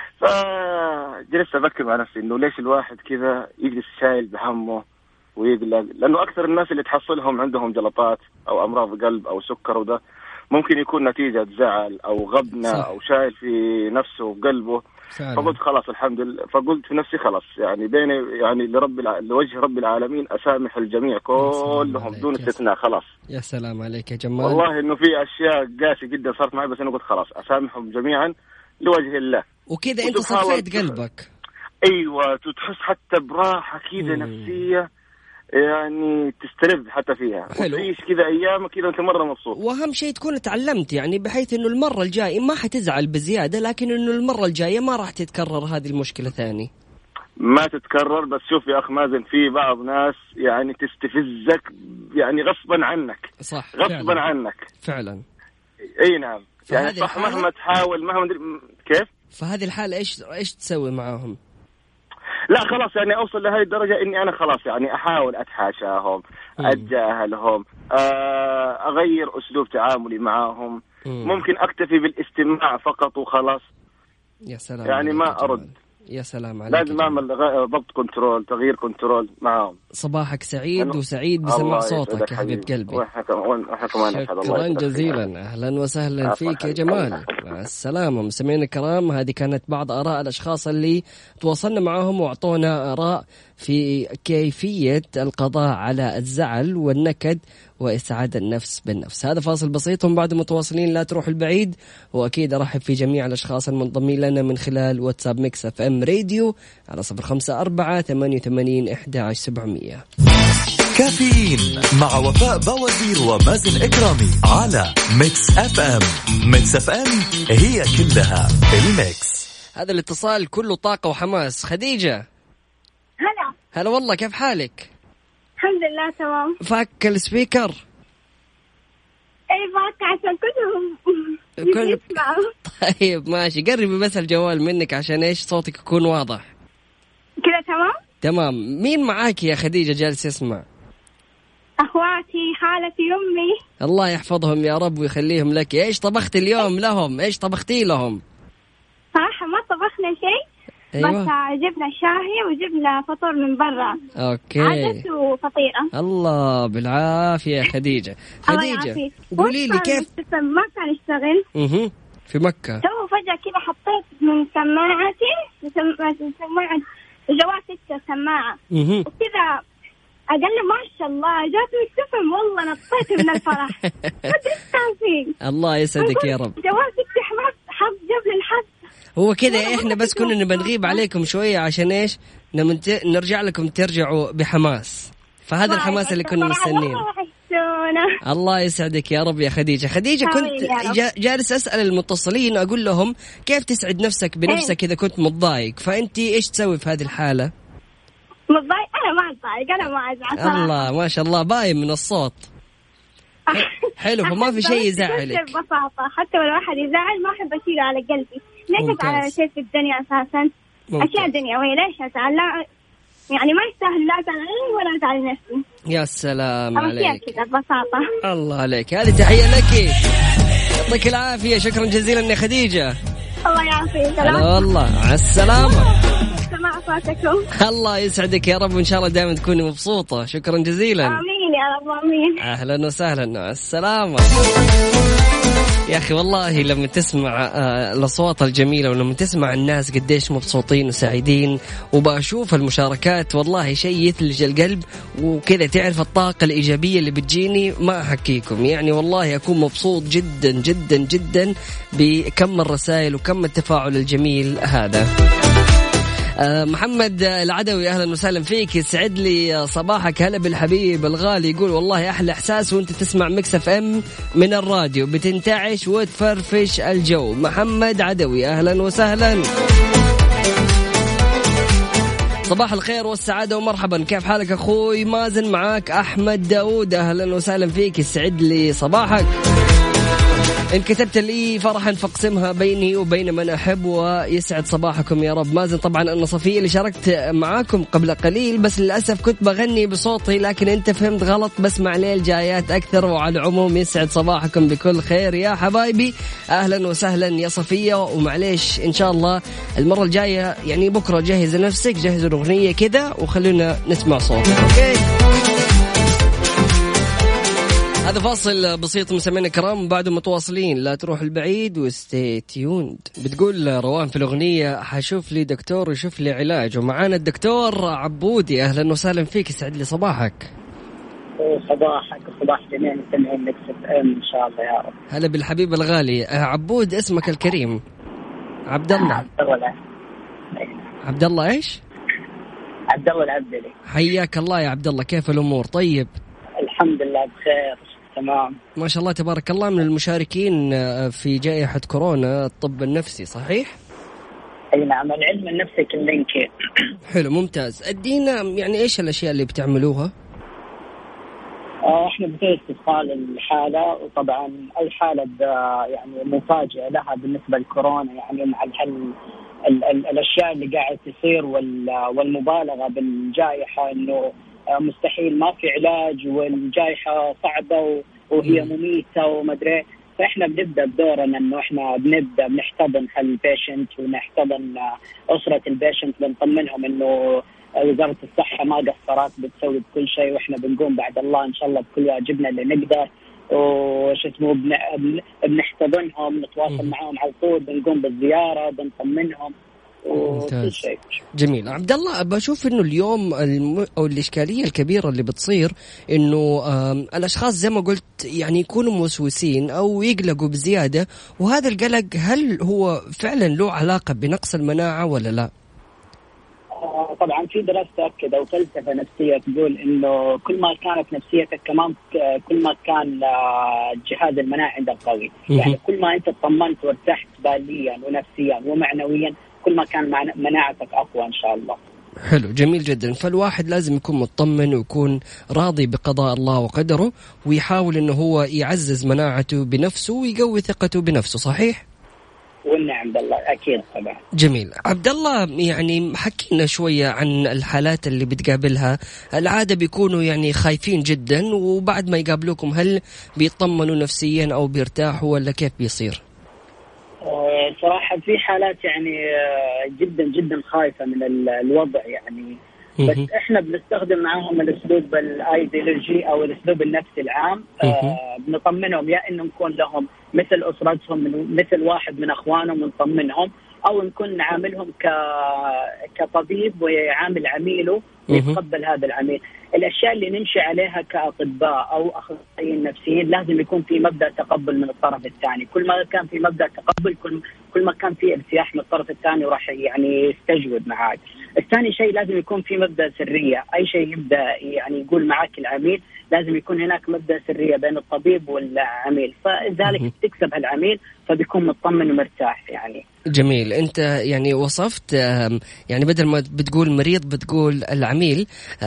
فجلست أفكر مع نفسي إنه ليش الواحد كذا يجلس شايل بهمه ويقلق، لأنه أكثر الناس اللي تحصلهم عندهم جلطات أو أمراض قلب أو سكر وده ممكن يكون نتيجة زعل أو غبنة صح. أو شايل في نفسه وقلبه. فقلت خلاص الحمد لله، فقلت في نفسي خلاص يعني بيني يعني لرب الع... لوجه رب العالمين أسامح الجميع كلهم دون استثناء خلاص. يا سلام عليك يا جمال. والله إنه في أشياء قاسي جدا صارت معي بس أنا قلت خلاص أسامحهم جميعا لوجه الله. وكذا انت صفيت قلبك. ايوه تحس حتى براحه كذا نفسيه يعني تسترد حتى فيها وتعيش كذا ايامك كذا انت مره مبسوط. واهم شيء تكون تعلمت يعني بحيث انه المره الجايه ما حتزعل بزياده، لكن انه المره الجايه ما راح تتكرر هذه المشكله ثاني. ما تتكرر. بس شوف يا اخ مازن في بعض ناس يعني تستفزك يعني غصبا عنك. صح غصبا فعلا. عنك فعلا. اي نعم يعني صح مهما تحاول مهما كيف. فهذه الحالة إيش إيش تسوي معاهم؟ لا خلاص يعني أوصل لهذه الدرجة إني أنا خلاص يعني أحاول أتحاشاهم أتجاهلهم أغير أسلوب تعاملي معاهم. ممكن أكتفي بالاستماع فقط وخلاص. يا سلام يعني ما أرد. يا سلام عليك. لازم أعمل ضبط كنترول تغيير كنترول معهم. صباحك سعيد وسعيد بسمع صوتك يا حبيب قلبي. شكرا جزيلا. أهلا وسهلا فيك يا جمال. مع السلامة مستمعينا الكرام. هذه كانت بعض آراء الأشخاص اللي تواصلنا معهم وأعطونا آراء في كيفية القضاء على الزعل والنكد وإسعاد النفس بالنفس. هذا فاصل بسيط وبعد متواصلين لا تروح البعيد. وأكيد أرحب في جميع الأشخاص المنضمين لنا من خلال واتساب ميكس اف ام راديو على صفر خمسة أربعة ثمانية وثمانين أحد عشر سبعمية. كافيين مع وفاء بوازير ومازن إكرامي على ميكس اف ام. ميكس اف ام هي كلها الميكس. هذا الاتصال كله طاقة وحماس. خديجة هلا. هلا والله، كيف حالك؟ الحمد لله تمام. فك السبيكر. اي فك عشان كلهم كل... يسمعوا. طيب ماشي، قربي بس الجوال منك عشان ايش صوتك يكون واضح كذا. تمام تمام. مين معاك يا خديجة جالس يسمع؟ اخواتي خالتي امي. الله يحفظهم يا رب ويخليهم لك. ايش طبختي اليوم لهم؟ ايش طبختي لهم؟ صراحة ما طبخنا شيء. أيوة. بس جبنا شاهي وجبنا فطور من برا. اوكي. عدس وفطيرة. الله بالعافية يا خديجة. خديجة قولي لي كيف ما كان يشتغل اها في مكة. تو فجأة كذا حطيت من سماعتي سماعة جوال ستة سماعة وكذا أقل ما شاء الله جاتني السفن والله نطيت من الفرح. ما أدري إيش كان فيه. الله يسعدك يا رب. جوال ستة حظ حظ جاب لي الحظ. هو كذا احنا بس كنا نبى نغيب عليكم شوية عشان ايش نمت... نرجع لكم ترجعوا بحماس. فهذا الحماس اللي كنا مستنين. الله يسعدك يا رب يا خديجة. خديجة كنت جا... جالس أسأل المتصلين أقول لهم كيف تسعد نفسك بنفسك إذا كنت متضايق، فأنتي إيش تسوي في هذه الحالة؟ متضايق أنا ما أتضايق أنا ما أزعل. الله ما شاء الله باين من الصوت. حلو. فما في شيء يزعلك. ببساطة حتى لو واحد يزعل ما أحب أشيله على قلبي. ليش على شيء في الدنيا أساسا؟ أشياء دنيوية ليش أزعل؟ لا يعني ما يستاهل لا أزعل ولا أزعل نفسي. يا سلام عليك. كذا ببساطة. الله عليك. هذه تحية لك. يعطيك العافية. شكرا جزيلا يا خديجة. الله يعافيك. هلا والله. على السلامة. سمع صوتكم. الله يسعدك يا رب وإن شاء الله دائما تكوني مبسوطة. شكرا جزيلا. آمين يا رب آمين. أهلا وسهلا. مع السلامة. يا أخي والله لما تسمع الأصوات الجميلة ولما تسمع الناس قديش مبسوطين وسعيدين وبشوف المشاركات والله شيء يثلج القلب وكذا تعرف الطاقة الإيجابية اللي بتجيني ما أحكيكم يعني والله أكون مبسوط جدا جدا جدا بكم الرسائل وكم التفاعل الجميل هذا. محمد العدوي أهلا وسهلا فيك يسعد لي صباحك هلا بالحبيب الغالي يقول والله أحلى إحساس وانت تسمع ميكس اف ام من الراديو بتنتعش وتفرفش الجو. محمد عدوي أهلا وسهلا صباح الخير والسعادة ومرحبا كيف حالك أخوي مازن معاك أحمد داود أهلا وسهلا فيك يسعد لي صباحك. إن كتبت لي فرحا فاقسمها بيني وبين من أحب ويسعد صباحكم يا رب. مازن طبعا أنا صفية اللي شاركت معاكم قبل قليل بس للأسف كنت بغني بصوتي لكن أنت فهمت غلط بسمع ليه الجايات أكثر. وعلى العموم يسعد صباحكم بكل خير يا حبايبي أهلا وسهلا يا صفية. ومعليش إن شاء الله المرة الجاية يعني بكرة جهز نفسك جهز الأغنية كذا وخلونا نسمع صوتك أوكي. هذا فاصل بسيط مسمينا الكرام بعد متواصلين لا تروح البعيد وستي تيوند. بتقول روان في الأغنية حشوف لي دكتور ويشوف لي علاج ومعانا الدكتور عبودي أهلا وسهلا فيك يسعد لي صباحك. صباحك وصباح جميع المستمعين ميكس اف ام إن شاء الله يا رب. هلا بالحبيب الغالي عبود اسمك الكريم عبد الله عبد الله إيش عبد الله العبدلي. حياك الله يا عبد الله كيف الأمور طيب؟ الحمد لله بخير تمام ما شاء الله تبارك الله من المشاركين في جائحة كورونا الطب النفسي صحيح؟ أي نعم العلم النفسي كلينكي. حلو ممتاز. أدينا يعني إيش الأشياء اللي بتعملوها؟ آه إحنا بنسوي استثقال الحالة وطبعا أي حالة يعني مفاجئة لها بالنسبة لكورونا يعني مع الهل ال ال الأشياء اللي قاعد تصير والمبالغة بالجائحة إنه مستحيل ما في علاج والجائحة صعبة وهي مميتة ومدري. فإحنا بنبدأ بدورنا إنه إحنا بنبدأ بنحتضن هالبيشنت ونحتضن أسرة البيشنت بنطمنهم إنه وزارة الصحة ما قصرت بتسوي بكل شيء وإحنا بنقوم بعد الله إن شاء الله بكل واجبنا اللي نقدر وش اسمه بنحتضنهم نتواصل معهم على طول بنقوم بالزيارة بنطمنهم. ممتاز جميل. عبد الله بشوف انه اليوم الم... او الاشكاليه الكبيره اللي بتصير انه الاشخاص زي ما قلت يعني يكونوا موسوسين او يقلقوا بزياده وهذا القلق هل هو فعلا له علاقه بنقص المناعه ولا لا؟ طبعا في دراسة تأكد أو فلسفة نفسية تقول إنه كل ما كانت نفسيتك كمان كل ما كان جهاز المناعة عندك قوي. يعني كل ما أنت اطمنت وارتحت باليا ونفسيا ومعنويا كل ما كان مناعتك أقوى إن شاء الله. حلو جميل جدا. فالواحد لازم يكون مطمن ويكون راضي بقضاء الله وقدره ويحاول إنه هو يعزز مناعته بنفسه ويقوي ثقته بنفسه صحيح؟ والنعم بالله أكيد طبعا. جميل. عبد الله يعني حكينا شوية عن الحالات اللي بتقابلها العادة بيكونوا يعني خايفين جدا وبعد ما يقابلوكم هل بيطمنوا نفسيا أو بيرتاحوا ولا كيف بيصير؟ صراحة في حالات يعني جدا جدا خايفة من الوضع يعني بس احنا بنستخدم معاهم الاسلوب الايديولوجي او الاسلوب النفسي العام. آه بنطمنهم يا انه نكون لهم مثل اسرتهم مثل واحد من اخوانهم نطمنهم او نكون نعاملهم ك كطبيب ويعامل عميله ويتقبل هذا العميل. الاشياء اللي نمشي عليها كاطباء او اخصائيين نفسيين لازم يكون في مبدا تقبل من الطرف الثاني. كل ما كان في مبدا تقبل كل كل ما كان في ارتياح من الطرف الثاني وراح يعني يستجوب معاك. الثاني شيء لازم يكون في مبدا سريه. اي شيء يبدا يعني يقول معك العميل لازم يكون هناك مبدا سريه بين الطبيب والعميل فلذلك تكسب العميل فبيكون مطمن ومرتاح يعني. جميل. انت يعني وصفت يعني بدل ما بتقول مريض بتقول العميل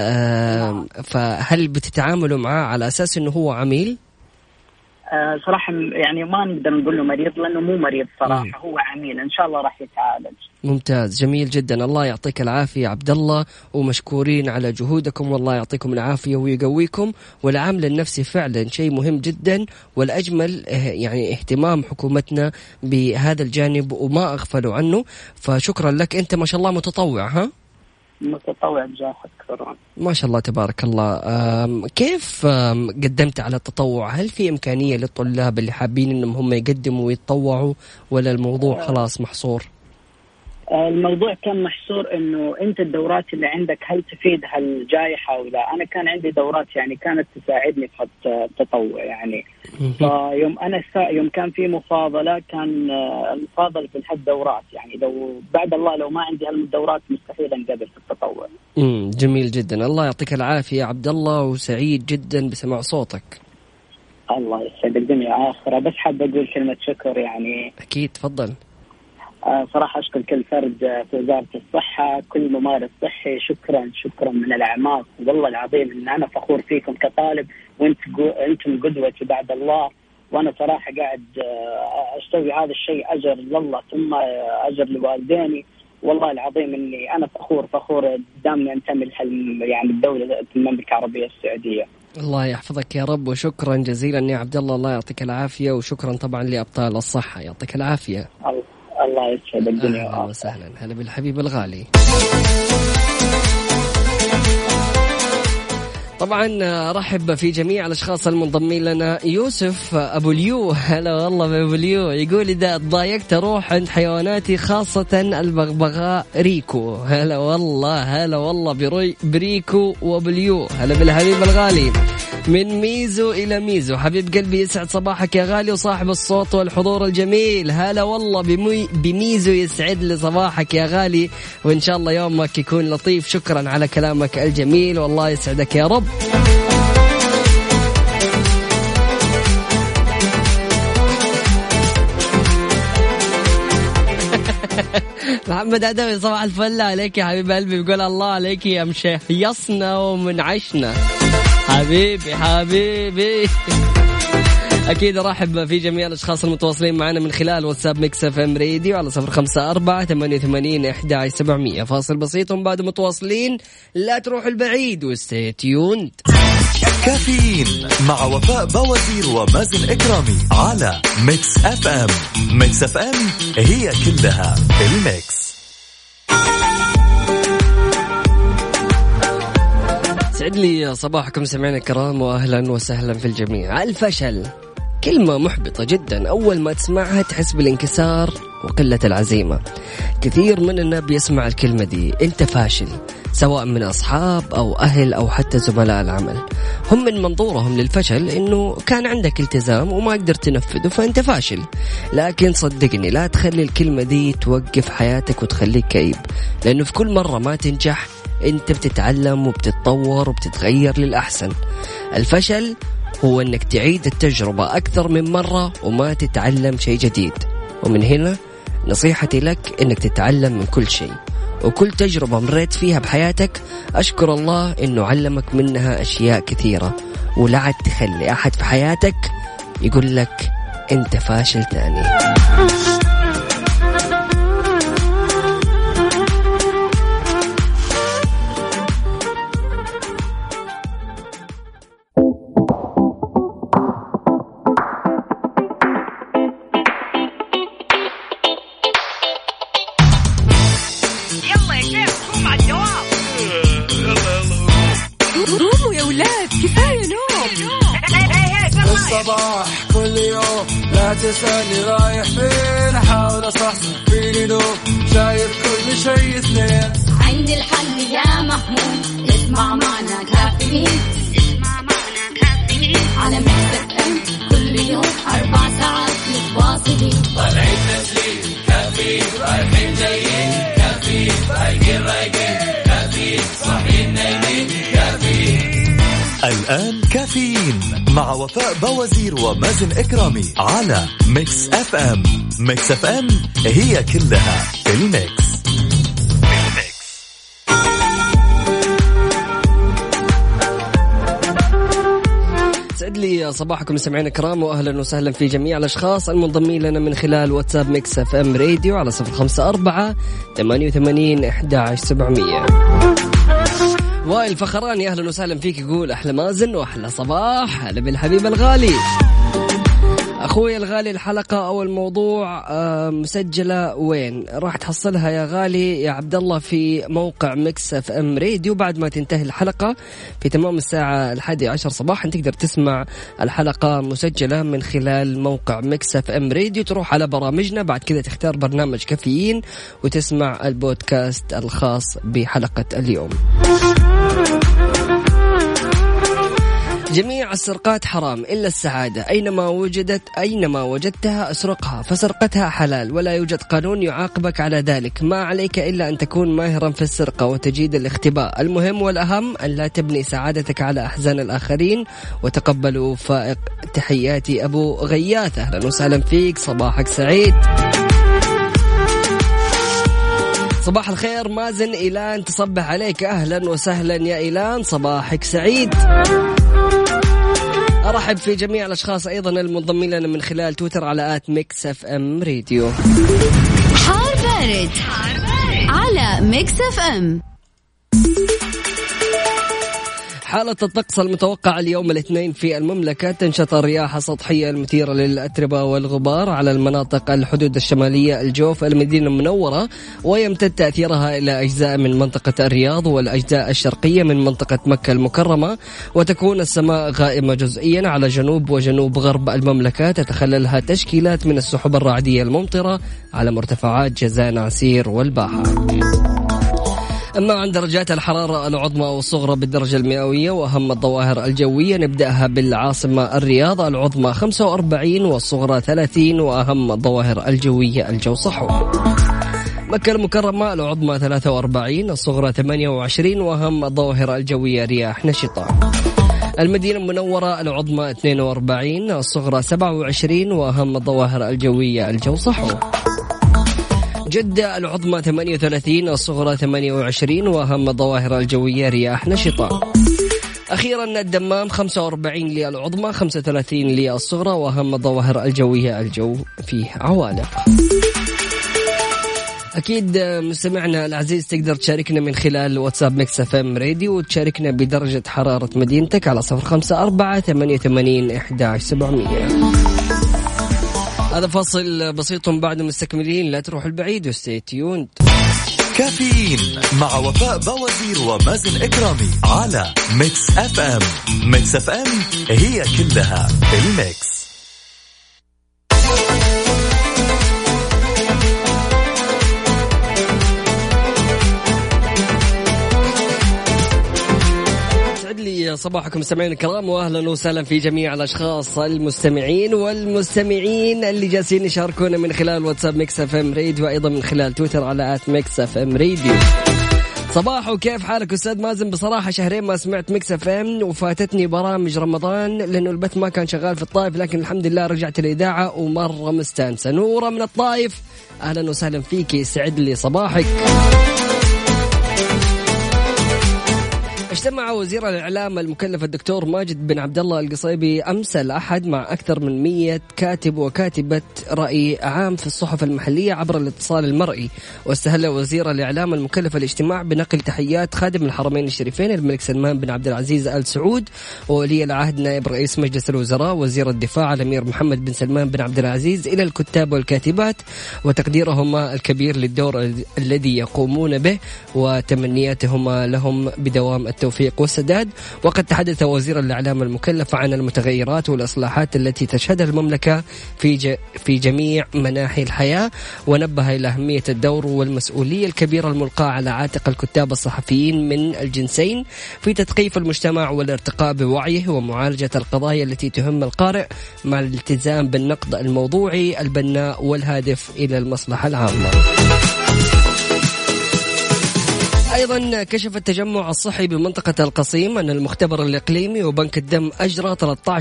فهل بتتعاملوا معاه على اساس انه هو عميل؟ أه صراحة يعني ما نقدر نقول له مريض لأنه مو مريض صراحة. مم. هو عميل إن شاء الله راح يتعالج. ممتاز جميل جدا. الله يعطيك العافية عبد الله ومشكورين على جهودكم والله يعطيكم العافية ويقويكم. والعامل النفسي فعلا شيء مهم جدا والأجمل يعني اهتمام حكومتنا بهذا الجانب وما أغفلوا عنه فشكرا لك. أنت ما شاء الله متطوع ها؟ متطوع بجائحة كورونا. ما شاء الله تبارك الله. كيف قدمت على التطوع؟ هل في إمكانية للطلاب اللي حابين إنهم هم يقدموا ويتطوعوا ولا الموضوع خلاص محصور؟ الموضوع كان محصور إنه أنت الدورات اللي عندك هل تفيد هالجائحة أو لا. أنا كان عندي دورات يعني كانت تساعدني في التطوع يعني. فيوم أنا يوم كان في مفاضلة كان المفاضلة في الدورات يعني لو بعد الله لو ما عندي هالدورات مستحيل أنقبل في التطوع. امم جميل جدا. الله يعطيك العافية يا عبد الله وسعيد جدا بسماع صوتك. الله يسعدك الدنيا آخرة. بس حاب أقول كلمة شكر يعني. أكيد تفضل. صراحة أشكر كل فرد في وزارة الصحة كل ممارس صحي شكرا شكرا من الأعماق. والله العظيم إن أنا فخور فيكم كطالب وأنت أنتم قدوتي بعد الله. وأنا صراحة قاعد أسوي هذا الشيء أجر لله ثم أجر لوالديني. والله العظيم إني أنا فخور فخور دامني أنتمي يعني الدولة المملكة العربية السعودية. الله يحفظك يا رب وشكرا جزيلا يا عبد الله. الله يعطيك العافية وشكرا طبعا لأبطال الصحة. يعطيك العافية. الله الله يسعد الدنيا. أهلا وسهلا. هلا بالحبيب الغالي. طبعا رحب في جميع الأشخاص المنضمين لنا. يوسف أبو اليو هلا والله بأبو اليو يقول إذا تضايقت أروح عند حيواناتي خاصة البغبغاء ريكو. هلا والله هلا والله بري بريكو وأبو اليو. هلا بالحبيب الغالي. من ميزو إلى ميزو حبيب قلبي يسعد صباحك يا غالي وصاحب الصوت والحضور الجميل. هلا والله بمي بميزو يسعد لي صباحك يا غالي وإن شاء الله يومك يكون لطيف. شكرا على كلامك الجميل والله يسعدك يا رب. محمد عدوي صباح الفل عليك يا حبيب قلبي. بيقول الله عليك يا مشيصنا ومنعشنا حبيبي حبيبي. أكيد رحب في جميع الأشخاص المتواصلين معنا من خلال واتساب ميكس اف ام راديو على صفر خمسة أربعة ثمانية ثمانين أحد عشر سبعمية. فاصل بسيط بعد متواصلين لا تروح البعيد وستي تيوند. كافيين مع وفاء بوازير ومازن إكرامي على ميكس اف ام. ميكس اف ام هي كلها الميكس. سعد لي صباحكم سمعنا الكرام وأهلا وسهلا في الجميع. الفشل كلمة محبطة جدا. أول ما تسمعها تحس بالانكسار وقلة العزيمة. كثير مننا بيسمع الكلمة دي أنت فاشل سواء من أصحاب أو أهل أو حتى زملاء العمل. هم من منظورهم للفشل إنه كان عندك التزام وما قدرت تنفذه فأنت فاشل. لكن صدقني لا تخلي الكلمة دي توقف حياتك وتخليك كئيب. لأنه في كل مرة ما تنجح أنت بتتعلم وبتتطور وبتتغير للأحسن. الفشل هو أنك تعيد التجربة أكثر من مرة وما تتعلم شيء جديد. ومن هنا نصيحتي لك أنك تتعلم من كل شيء وكل تجربة مريت فيها بحياتك أشكر الله أنه علمك منها أشياء كثيرة. ولا عاد تخلي أحد في حياتك يقول لك أنت فاشل تاني. الصباح كل يوم لا تسألني رايح فين أحاول أصحصح فيني نوم شايف كل شيء اثنين. عندي الحل يا محمود اسمع معنا كافيين. اسمع معنا كافيين على ميكس اف ام كل يوم أربع ساعات متواصلين. طالعين تسليم كافيين رايحين جايين كافيين رايقين رايقين كافيين صاحيين نايمين كافيين. الآن كافيين مع وفاء بوازير ومازن إكرامي على ميكس اف ام. ميكس اف ام هي كلها في الميكس. سعد لي صباحكم سمعين الكرام واهلا وسهلا في جميع الاشخاص المنضمين لنا من خلال واتساب ميكس اف ام راديو على صفر خمسة أربعة ثمانية وثمانين أحد عشر سبعمية. وائل فخراني اهلا وسهلا فيك يقول احلى مازن واحلى صباح. هلا بالحبيب الغالي. أخوي الغالي الحلقة أو الموضوع مسجلة وين؟ راح تحصلها يا غالي يا عبد الله في موقع ميكس اف ام راديو بعد ما تنتهي الحلقة في تمام الساعة الحادية عشر صباحا. تقدر تسمع الحلقة مسجلة من خلال موقع ميكس اف ام راديو. تروح على برامجنا بعد كذا تختار برنامج كافيين وتسمع البودكاست الخاص بحلقة اليوم. جميع السرقات حرام إلا السعادة، أينما وجدت أينما وجدتها أسرقها، فسرقتها حلال ولا يوجد قانون يعاقبك على ذلك. ما عليك إلا أن تكون ماهرا في السرقة وتجيد الاختباء. المهم والأهم أن لا تبني سعادتك على أحزان الآخرين. وتقبلوا فائق. تحياتي أبو غياث. أهلا وسهلا فيك، صباحك سعيد. صباح الخير مازن. إيلان تصبح عليك. أهلا وسهلا يا إيلان، صباحك سعيد. أرحب في جميع الأشخاص أيضا المنضمين لنا من خلال تويتر على آت ميكس اف ام راديو. حار بارد على ميكس اف ام. حالة الطقس المتوقعة اليوم الاثنين في المملكة: تنشط الرياح السطحية المثيرة للأتربة والغبار على المناطق الحدود الشمالية، الجوف، المدينة المنورة، ويمتد تأثيرها إلى أجزاء من منطقة الرياض والأجزاء الشرقية من منطقة مكة المكرمة. وتكون السماء غائمة جزئيا على جنوب وجنوب غرب المملكة، تتخللها تشكيلات من السحب الرعدية الممطرة على مرتفعات جازان عسير والباحة. أما عن درجات الحرارة العظمى والصغرى بالدرجة المئوية وأهم الظواهر الجوية، نبدأها بالعاصمة الرياض، العظمى خمسة وأربعين والصغرى ثلاثين، وأهم الظواهر الجوية الجو صحو. مكة المكرمة العظمى ثلاثة وأربعين، الصغرى ثمانية وعشرين، وأهم الظواهر الجوية رياح نشطة. المدينة المنورة العظمى اثنين وأربعين، الصغرى سبعة وعشرين، وأهم الظواهر الجوية الجو صحو. جدة العظمى ثمانية وثلاثين، الصغرى ثمانية وعشرين، وأهم الظواهر الجوية رياح نشطة. أخيرا الدمام خمسة وأربعين للعظمى، خمسة وثلاثين للصغرى، وأهم الظواهر الجوية الجو فيه عوالق. أكيد مستمعنا العزيز تقدر تشاركنا من خلال واتساب ميكس اف ام راديو وتشاركنا بدرجة حرارة مدينتك على صفر خمسة أربعة ثمانية ثمانين أحد عشر سبعمية. هذا فاصل بسيط بعد مستكملين، لا تروح البعيد وستي تيوند. كافيين مع وفاء بوازير ومازن إكرامي على ميكس اف ام. ميكس اف ام هي كلها الميكس. صباحكم مستمعين الكرام، واهلا وسهلا في جميع الاشخاص المستمعين والمستمعين اللي جالسين يشاركونا من خلال واتساب ميكس اف ام راديو، وايضا من خلال تويتر على آت ميكس اف ام راديو. صباح وكيف حالك استاذ مازن؟ بصراحه شهرين ما سمعت ميكس اف ام وفاتتني برامج رمضان لانه البث ما كان شغال في الطائف، لكن الحمد لله رجعت الاذاعه ومره مستانسه. نوره من الطائف، اهلا وسهلا فيكي، سعد لي صباحك. اجتمع وزير الإعلام المكلف الدكتور ماجد بن عبد الله القصيبي أمس الأحد مع أكثر من مية كاتب وكاتبة رأي عام في الصحف المحلية عبر الاتصال المرئي. واستهل وزير الإعلام المكلف الاجتماع بنقل تحيات خادم الحرمين الشريفين الملك سلمان بن عبد العزيز آل سعود وولي العهد نائب رئيس مجلس الوزراء وزير الدفاع الأمير محمد بن سلمان بن عبد العزيز إلى الكتاب والكاتبات وتقديرهما الكبير للدور الذي يقومون به وتمنياتهما لهم بدوام التوفيق والسداد. وقد تحدث وزير الإعلام المكلف عن المتغيرات والإصلاحات التي تشهدها المملكة في ج... في جميع مناحي الحياة، ونبه إلى أهمية الدور والمسؤولية الكبيرة الملقاة على عاتق الكتاب الصحفيين من الجنسين في تثقيف المجتمع والارتقاء بوعيه ومعالجة القضايا التي تهم القارئ مع الالتزام بالنقد الموضوعي البناء والهادف إلى المصلحة العامة. أيضا كشف التجمع الصحي بمنطقة القصيم أن المختبر الإقليمي وبنك الدم أجرى ثلاثة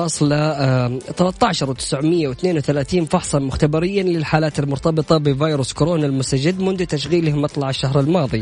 عشر وتسعمائة واثنين وثلاثين فحصا مختبريا للحالات المرتبطة بفيروس كورونا المستجد منذ تشغيله مطلع الشهر الماضي.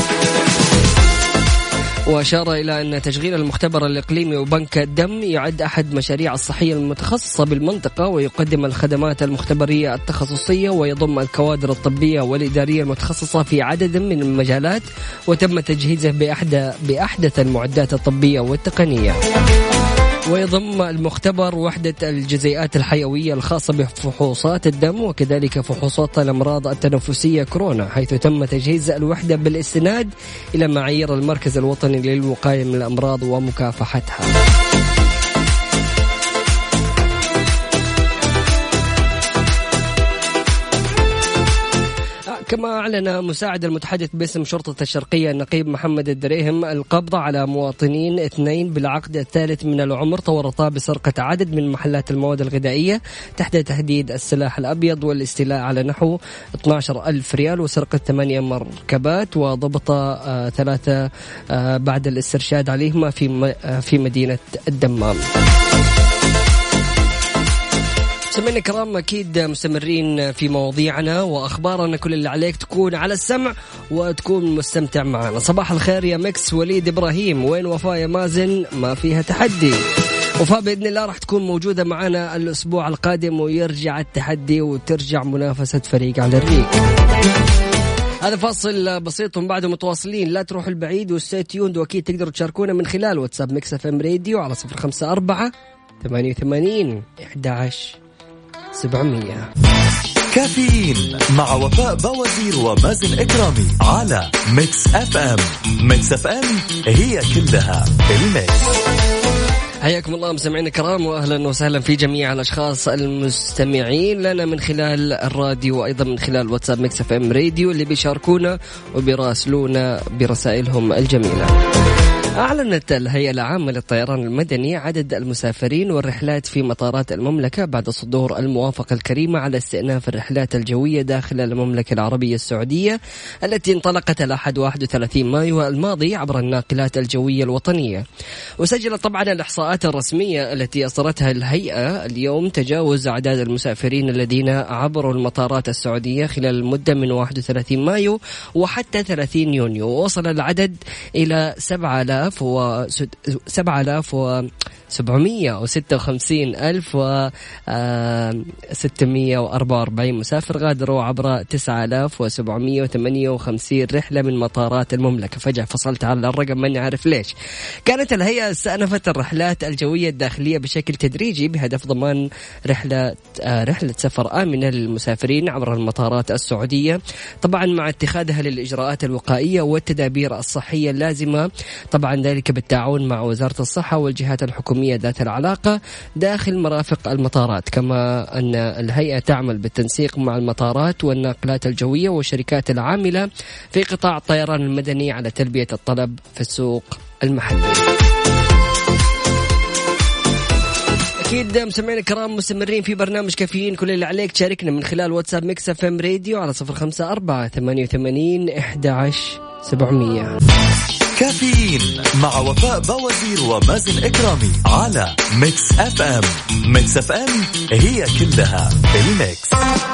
وأشار إلى أن تشغيل المختبر الإقليمي وبنك الدم يعد أحد مشاريع الصحية المتخصصة بالمنطقة ويقدم الخدمات المختبرية التخصصية ويضم الكوادر الطبية والإدارية المتخصصة في عدد من المجالات، وتم تجهيزه بأحدث بأحدث المعدات الطبية والتقنية. ويضم المختبر وحدة الجزيئات الحيوية الخاصة بفحوصات الدم وكذلك فحوصات الأمراض التنفسية كورونا، حيث تم تجهيز الوحدة بالاستناد إلى معايير المركز الوطني للوقاية من الأمراض ومكافحتها. كما أعلن مساعد المتحدث باسم شرطة الشرقية النقيب محمد الدريهم القبض على مواطنين اثنين بالعقد الثالث من العمر تورطا بسرقة عدد من محلات المواد الغذائية تحت تهديد السلاح الأبيض والاستيلاء على نحو اثني عشر ألف ريال وسرقة ثمانية مركبات، وضبط آه ثلاثة آه بعد الاسترشاد عليهما في آه في مدينة الدمام. سمعنا كرام، أكيد مستمرين في مواضيعنا وأخبارنا، كل اللي عليك تكون على السمع وتكون مستمتع معنا. صباح الخير يا مكس وليد إبراهيم، وين وفاء يا مازن؟ ما فيها تحدي. وفاء بإذن الله راح تكون موجودة معنا الأسبوع القادم ويرجع التحدي وترجع منافسة فريق على الريق. هذا فاصل بسيط ومن بعده متواصلين، لا تروحوا البعيد وستي تيوند، وأكيد تقدروا تشاركونا من خلال واتساب ميكس اف ام راديو على صفر خمسة أربعة ثمانية وثمانين أحد عشر سبعمية. كافيين مع وفاء بوازير ومازن إكرامي على ميكس اف ام. ميكس اف ام هي كلها الميكس. حياكم الله مستمعينا الكرام، واهلا وسهلا في جميع الاشخاص المستمعين لنا من خلال الراديو وايضا من خلال واتساب ميكس اف ام راديو اللي بيشاركونا وبيراسلونا برسائلهم الجميله. أعلنت الهيئة العامة للطيران المدني عدد المسافرين والرحلات في مطارات المملكة بعد صدور الموافقة الكريمة على استئناف الرحلات الجوية داخل المملكة العربية السعودية التي انطلقت الأحد واحد وثلاثين مايو الماضي عبر الناقلات الجوية الوطنية. وسجلت طبعا الإحصاءات الرسمية التي أصدرتها الهيئة اليوم تجاوز أعداد المسافرين الذين عبروا المطارات السعودية خلال المدة من واحد وثلاثين مايو وحتى ثلاثين يونيو، ووصل العدد إلى سبعة آلاف سبعة آلاف وسبعمية وستة وخمسين ألف وستمية وأربعة وأربعين مسافر غادروا عبر تسعة آلاف وسبعمية وثمانية وخمسين رحلة من مطارات المملكة. فجأة فصلت على الرقم ماني عارف ليش. كانت الهيئة استأنفت الرحلات الجوية الداخلية بشكل تدريجي بهدف ضمان رحلة رحلة سفر آمنة للمسافرين عبر المطارات السعودية، طبعا مع اتخاذها للإجراءات الوقائية والتدابير الصحية اللازمة، طبعا ذلك بالتعاون مع وزارة الصحة والجهات الحكومية ذات العلاقة داخل مرافق المطارات. كما أن الهيئة تعمل بالتنسيق مع المطارات والناقلات الجوية والشركات العاملة في قطاع الطيران المدني على تلبية الطلب في السوق المحلي. أكيد مستمعينا الكرام مستمرين في برنامج كافيين، كل اللي عليك تشاركنا من خلال واتساب ميكس اف ام راديو على صفر خمسة أربعة ثمانية وثمانين أحد عشر سبعمية. كافيين مع وفاء بوازير ومازن إكرامي على ميكس اف ام. ميكس اف ام هي كلها الميكس.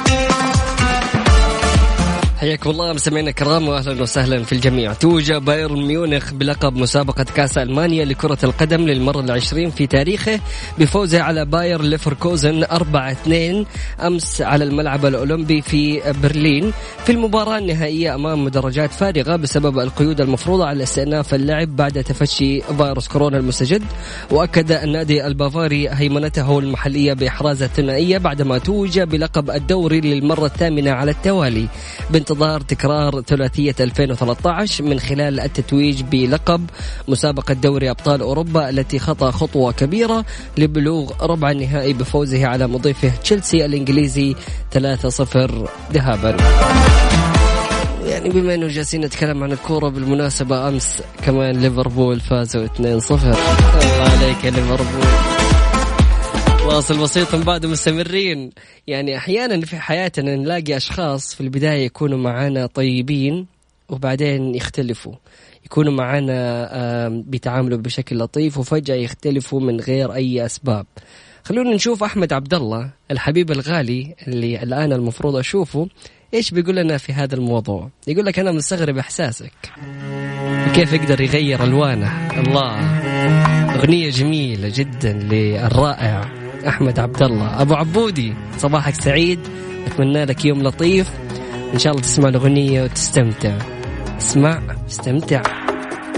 حياكم الله مستمعينا الكرام واهلا وسهلا في الجميع. توج بايرن ميونخ بلقب مسابقة كأس ألمانيا لكرة القدم للمرة العشرين في تاريخه بفوزه على باير ليفركوزن أربعة اثنين أمس على الملعب الأولمبي في برلين في المباراة النهائية أمام مدرجات فارغة بسبب القيود المفروضة على استئناف اللعب بعد تفشي فيروس كورونا المستجد. وأكد النادي البافاري هيمنته المحلية بإحراز الثنائية بعدما توج بلقب الدوري للمرة الثامنة على التوالي بانتظار تكرار ثلاثية ألفين وثلاثة عشر من خلال التتويج بلقب مسابقة دوري أبطال أوروبا التي خطى خطوة كبيرة لبلوغ ربع النهائي بفوزه على مضيفه تشيلسي الإنجليزي ثلاثة صفر ذهابا. يعني بما أنه جالسين نتكلم عن الكورة بالمناسبة أمس كمان ليفربول فازوا اثنين صفر. الله عليك يا ليفربول. واصل بسيط من بعد مستمرين. يعني أحيانا في حياتنا نلاقي أشخاص في البداية يكونوا معنا طيبين وبعدين يختلفوا، يكونوا معنا بيتعاملوا بشكل لطيف وفجأة يختلفوا من غير أي أسباب. خلونا نشوف أحمد عبد الله الحبيب الغالي اللي الآن المفروض أشوفه إيش بيقول لنا في هذا الموضوع. يقول لك أنا مستغرب إحساسك كيف يقدر يغير ألوانه. الله، أغنية جميلة جدا للرائع أحمد عبد الله أبو عبودي. صباحك سعيد، أتمنى لك يوم لطيف، إن شاء الله تسمع الأغنية وتستمتع. اسمع استمتع.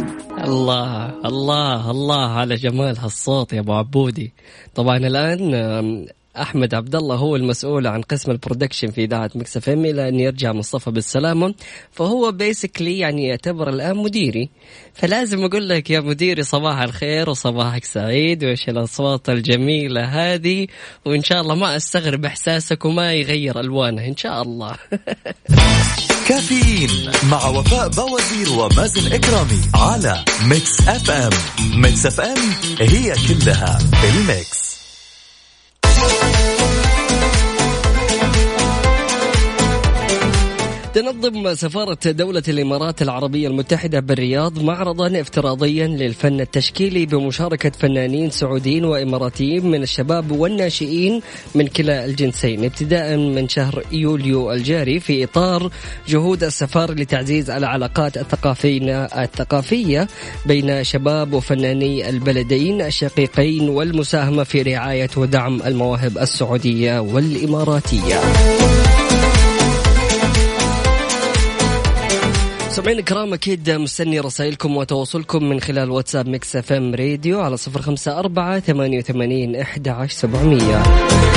الله الله الله على جمال هالصوت يا ابو عبودي. طبعا الان أحمد عبد الله هو المسؤول عن قسم البرودكشن في إذاعة ميكس اف ام، إلى أن يرجع مصطفى بالسلامة، فهو بيسكلي يعني يعتبر الآن مديري. فلازم أقول لك يا مديري صباح الخير وصباحك سعيد، وإيش الأصوات الجميلة هذه، وإن شاء الله ما أستغرب إحساسك وما يغير ألوانه إن شاء الله. كافيين مع وفاء بوازير ومازن إكرامي على ميكس اف ام. ميكس اف ام هي كلها الميكس. تنظم سفارة دولة الإمارات العربية المتحدة بالرياض معرضا افتراضيا للفن التشكيلي بمشاركة فنانين سعوديين وإماراتيين من الشباب والناشئين من كلا الجنسين ابتداء من شهر يوليو الجاري، في إطار جهود السفارة لتعزيز العلاقات الثقافية الثقافية بين شباب وفناني البلدين الشقيقين، والمساهمة في رعاية ودعم المواهب السعودية والإماراتية. سمعين الكرام، أكيد مستني رسائلكم وتواصلكم من خلال واتساب ميكس اف ام راديو على صفر خمسة أربعة ثمانية وثمانين أحد عشر سبعمية.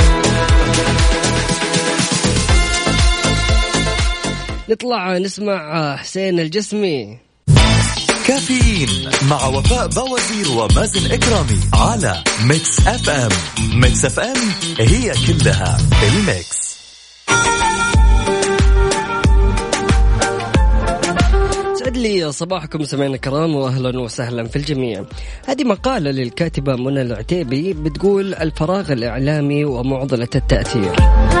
نطلع نسمع حسين الجسمي. كافيين مع وفاء بوازير ومازن إكرامي على ميكس اف ام. ميكس اف ام هي كلها الميكس. سعد لي صباحكم سمعنا الكرام، وأهلا وسهلا في الجميع. هذه مقالة للكاتبة منى العتيبي بتقول: الفراغ الإعلامي ومعضلة التأثير.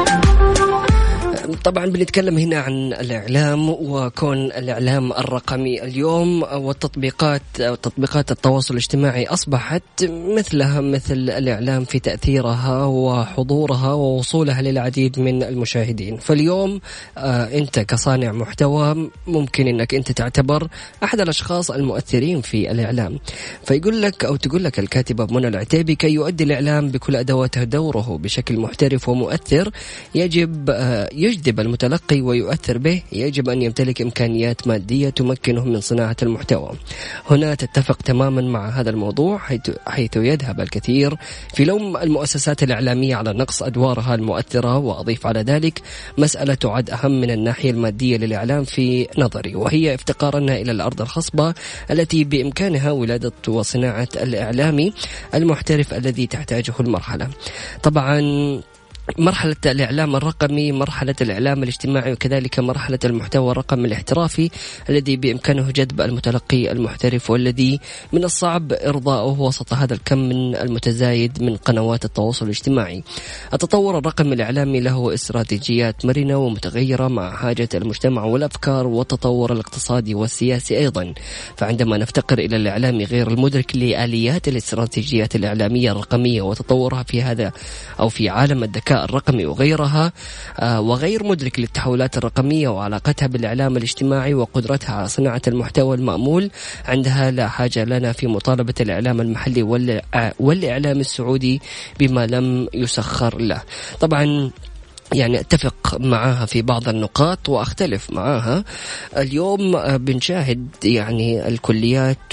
طبعا بنتكلم هنا عن الإعلام وكون الإعلام الرقمي اليوم، والتطبيقات تطبيقات التواصل الاجتماعي أصبحت مثلها مثل الإعلام في تأثيرها وحضورها ووصولها للعديد من المشاهدين. فاليوم آه أنت كصانع محتوى ممكن أنك أنت تعتبر أحد الأشخاص المؤثرين في الإعلام. فيقول لك أو تقول لك الكاتبة منى العتيبي: كي يؤدي الإعلام بكل أدواته دوره بشكل محترف ومؤثر، يجب آه يجب يجذب المتلقي ويؤثر به، يجب أن يمتلك إمكانيات مادية تمكنه من صناعة المحتوى. هنا تتفق تماما مع هذا الموضوع، حيث يذهب الكثير في لوم المؤسسات الإعلامية على نقص أدوارها المؤثرة. وأضيف على ذلك مسألة تعد أهم من الناحية المادية للإعلام في نظري، وهي افتقارنا إلى الأرض الخصبة التي بإمكانها ولادة وصناعة الإعلامي المحترف الذي تحتاجه المرحلة. طبعا مرحلة الإعلام الرقمي، مرحلة الإعلام الاجتماعي، وكذلك مرحلة المحتوى الرقمي الاحترافي الذي بإمكانه جذب المتلقي المحترف، والذي من الصعب إرضاؤه وسط هذا الكم من المتزايد من قنوات التواصل الاجتماعي. التطور الرقمي الإعلامي له استراتيجيات مرنة ومتغيرة مع حاجة المجتمع والأفكار والتطور الاقتصادي والسياسي أيضا. فعندما نفتقر إلى الإعلام غير المدرك لآليات الاستراتيجيات الإعلامية الرقمية وتطورها في هذا أو في عالم الذكاء الرقمي وغيرها، آه وغير مدرك للتحولات الرقمية وعلاقتها بالإعلام الاجتماعي وقدرتها على صناعة المحتوى المأمول، عندها لا حاجة لنا في مطالبة الإعلام المحلي والإعلام السعودي بما لم يسخر له. طبعا يعني أتفق معها في بعض النقاط وأختلف معها. اليوم بنشاهد يعني الكليات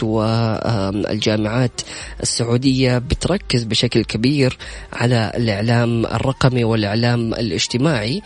والجامعات السعودية بتركز بشكل كبير على الإعلام الرقمي والإعلام الاجتماعي.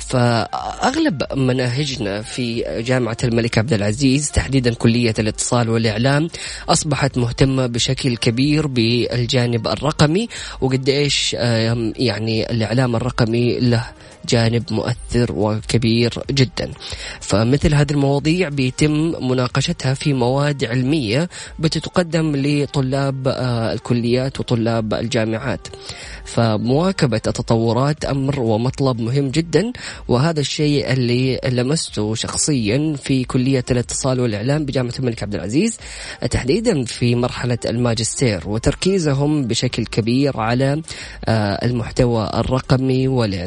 فأغلب مناهجنا في جامعة الملك عبد العزيز تحديدا كلية الاتصال والإعلام أصبحت مهتمة بشكل كبير بالجانب الرقمي، وقد إيش يعني الإعلام الرقمي له جانب مؤثر وكبير جدا. فمثل هذه المواضيع بيتم مناقشتها في مواد علمية بتتقدم لطلاب الكليات وطلاب الجامعات. فمواكبة التطورات أمر ومطلب مهم جدا، وهذا الشيء اللي لمسته شخصيا في كلية الاتصال والإعلام بجامعة الملك عبد العزيز تحديدا في مرحلة الماجستير، وتركيزهم بشكل كبير على المحتوى الرقمي والإعلام الرقمي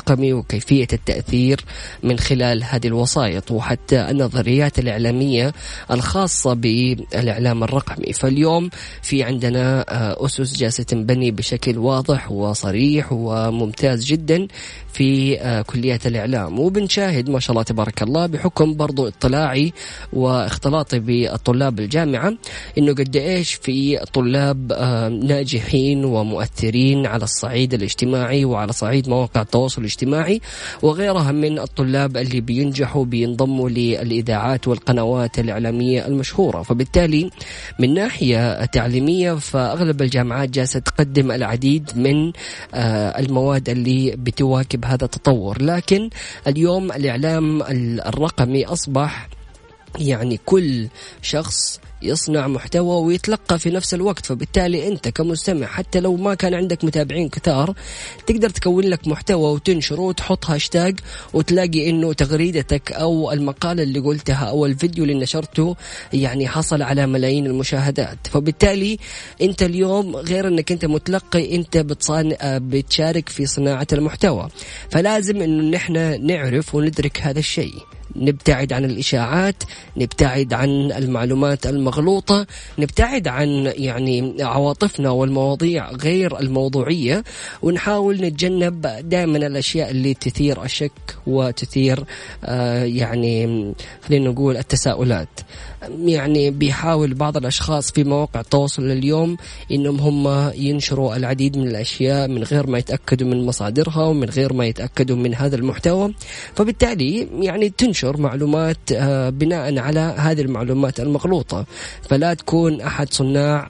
الرقمي وكيفية التأثير من خلال هذه الوسائط وحتى النظريات الإعلامية الخاصة بالإعلام الرقمي. فاليوم في عندنا أسس جالسة تنبني بشكل واضح وصريح وممتاز جدا في كليات الإعلام، وبنشاهد ما شاء الله تبارك الله بحكم برضو اطلاعي واختلاطي بالطلاب الجامعة إنه قد إيش في طلاب ناجحين ومؤثرين على الصعيد الاجتماعي وعلى صعيد مواقع التواصل الاجتماعي وغيرها من الطلاب اللي بينجحوا بينضموا للإذاعات والقنوات الإعلامية المشهورة. فبالتالي من ناحية تعليمية فأغلب الجامعات جالسة تقدم العديد من المواد اللي بتواكب هذا التطور، لكن اليوم الإعلام الرقمي أصبح يعني كل شخص يصنع محتوى ويتلقى في نفس الوقت. فبالتالي أنت كمستمع حتى لو ما كان عندك متابعين كثار تقدر تكون لك محتوى وتنشره وتحط هاشتاج وتلاقي إنه تغريدتك أو المقالة اللي قلتها أو الفيديو اللي نشرته يعني حصل على ملايين المشاهدات. فبالتالي أنت اليوم غير أنك أنت متلقي، أنت بتصان بتشارك في صناعة المحتوى. فلازم إنه نحن نعرف وندرك هذا الشيء، نبتعد عن الإشاعات، نبتعد عن المعلومات المغلوطة، نبتعد عن يعني عواطفنا والمواضيع غير الموضوعية، ونحاول نتجنب دائما الأشياء اللي تثير الشك وتثير آه يعني خلينا نقول التساؤلات. يعني بيحاول بعض الأشخاص في مواقع التواصل اليوم إنهم هم ينشروا العديد من الأشياء من غير ما يتأكدوا من مصادرها ومن غير ما يتأكدوا من هذا المحتوى. فبالتالي يعني تنشر معلومات بناء على هذه المعلومات المغلوطة. فلا تكون أحد صناع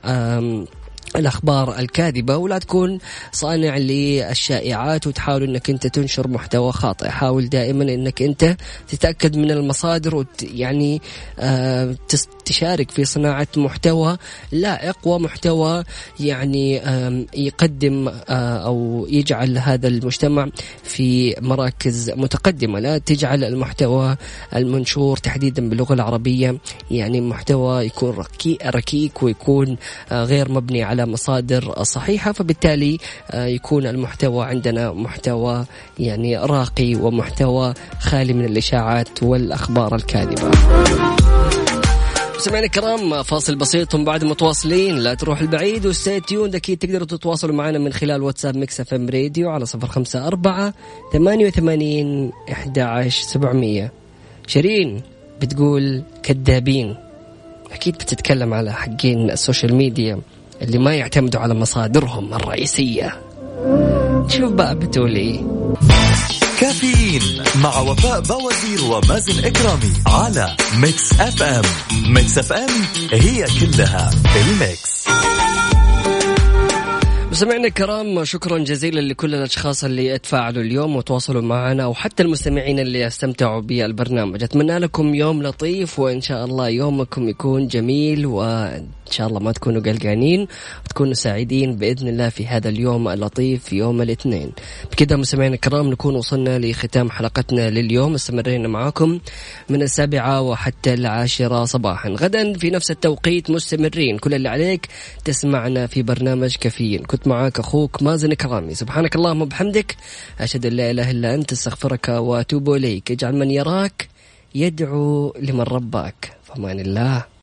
الأخبار الكاذبة ولا تكون صانع للشائعات وتحاول أنك أنت تنشر محتوى خاطئ. حاول دائما أنك أنت تتأكد من المصادر وت يعني آه تشارك في صناعة محتوى لائق ومحتوى يعني آه يقدم آه أو يجعل هذا المجتمع في مراكز متقدمة. لا تجعل المحتوى المنشور تحديدا باللغة العربية يعني محتوى يكون ركيك ويكون آه غير مبني على مصادر صحيحة. فبالتالي يكون المحتوى عندنا محتوى يعني راقي ومحتوى خالي من الإشاعات والأخبار الكاذبة. سمعنا الكرام فاصل بسيط بعد متواصلين، لا تروح البعيد وستي تيوند. أكيد تقدروا تتواصلوا معنا من خلال واتساب ميكس اف ام راديو على صفر خمسة أربعة ثمانية وثمانين أحد عشر سبعمية. شيرين بتقول كذابين، أكيد بتتكلم على حقين السوشيال ميديا اللي ما يعتمدوا على مصادرهم الرئيسية. شوف بقى بتقولي كافيين مع وفاء بوازير ومازن إكرامي على ميكس اف ام. ميكس اف ام هي كلها الميكس. مستمعينا الكرام شكرا جزيلا لكل الأشخاص اللي اتفاعلوا اليوم وتواصلوا معنا وحتى المستمعين اللي استمتعوا بالبرنامج. أتمنى لكم يوم لطيف وإن شاء الله يومكم يكون جميل وإن شاء الله ما تكونوا قلقانين وتكونوا سعيدين بإذن الله في هذا اليوم اللطيف يوم الاثنين. بكده مستمعينا الكرام نكون وصلنا لختام حلقتنا لليوم. استمرينا معكم من السابعة وحتى العاشرة صباحا. غدا في نفس التوقيت مستمرين. كل اللي عليك تسمعنا في برنامج كافيين. كنت معاك أخوك مازن إكرامي. سبحانك اللهم وبحمدك أشهد أن لا إله إلا أنت استغفرك وأتوب إليك. اجعل من يراك يدعو لمن رباك. فمان الله.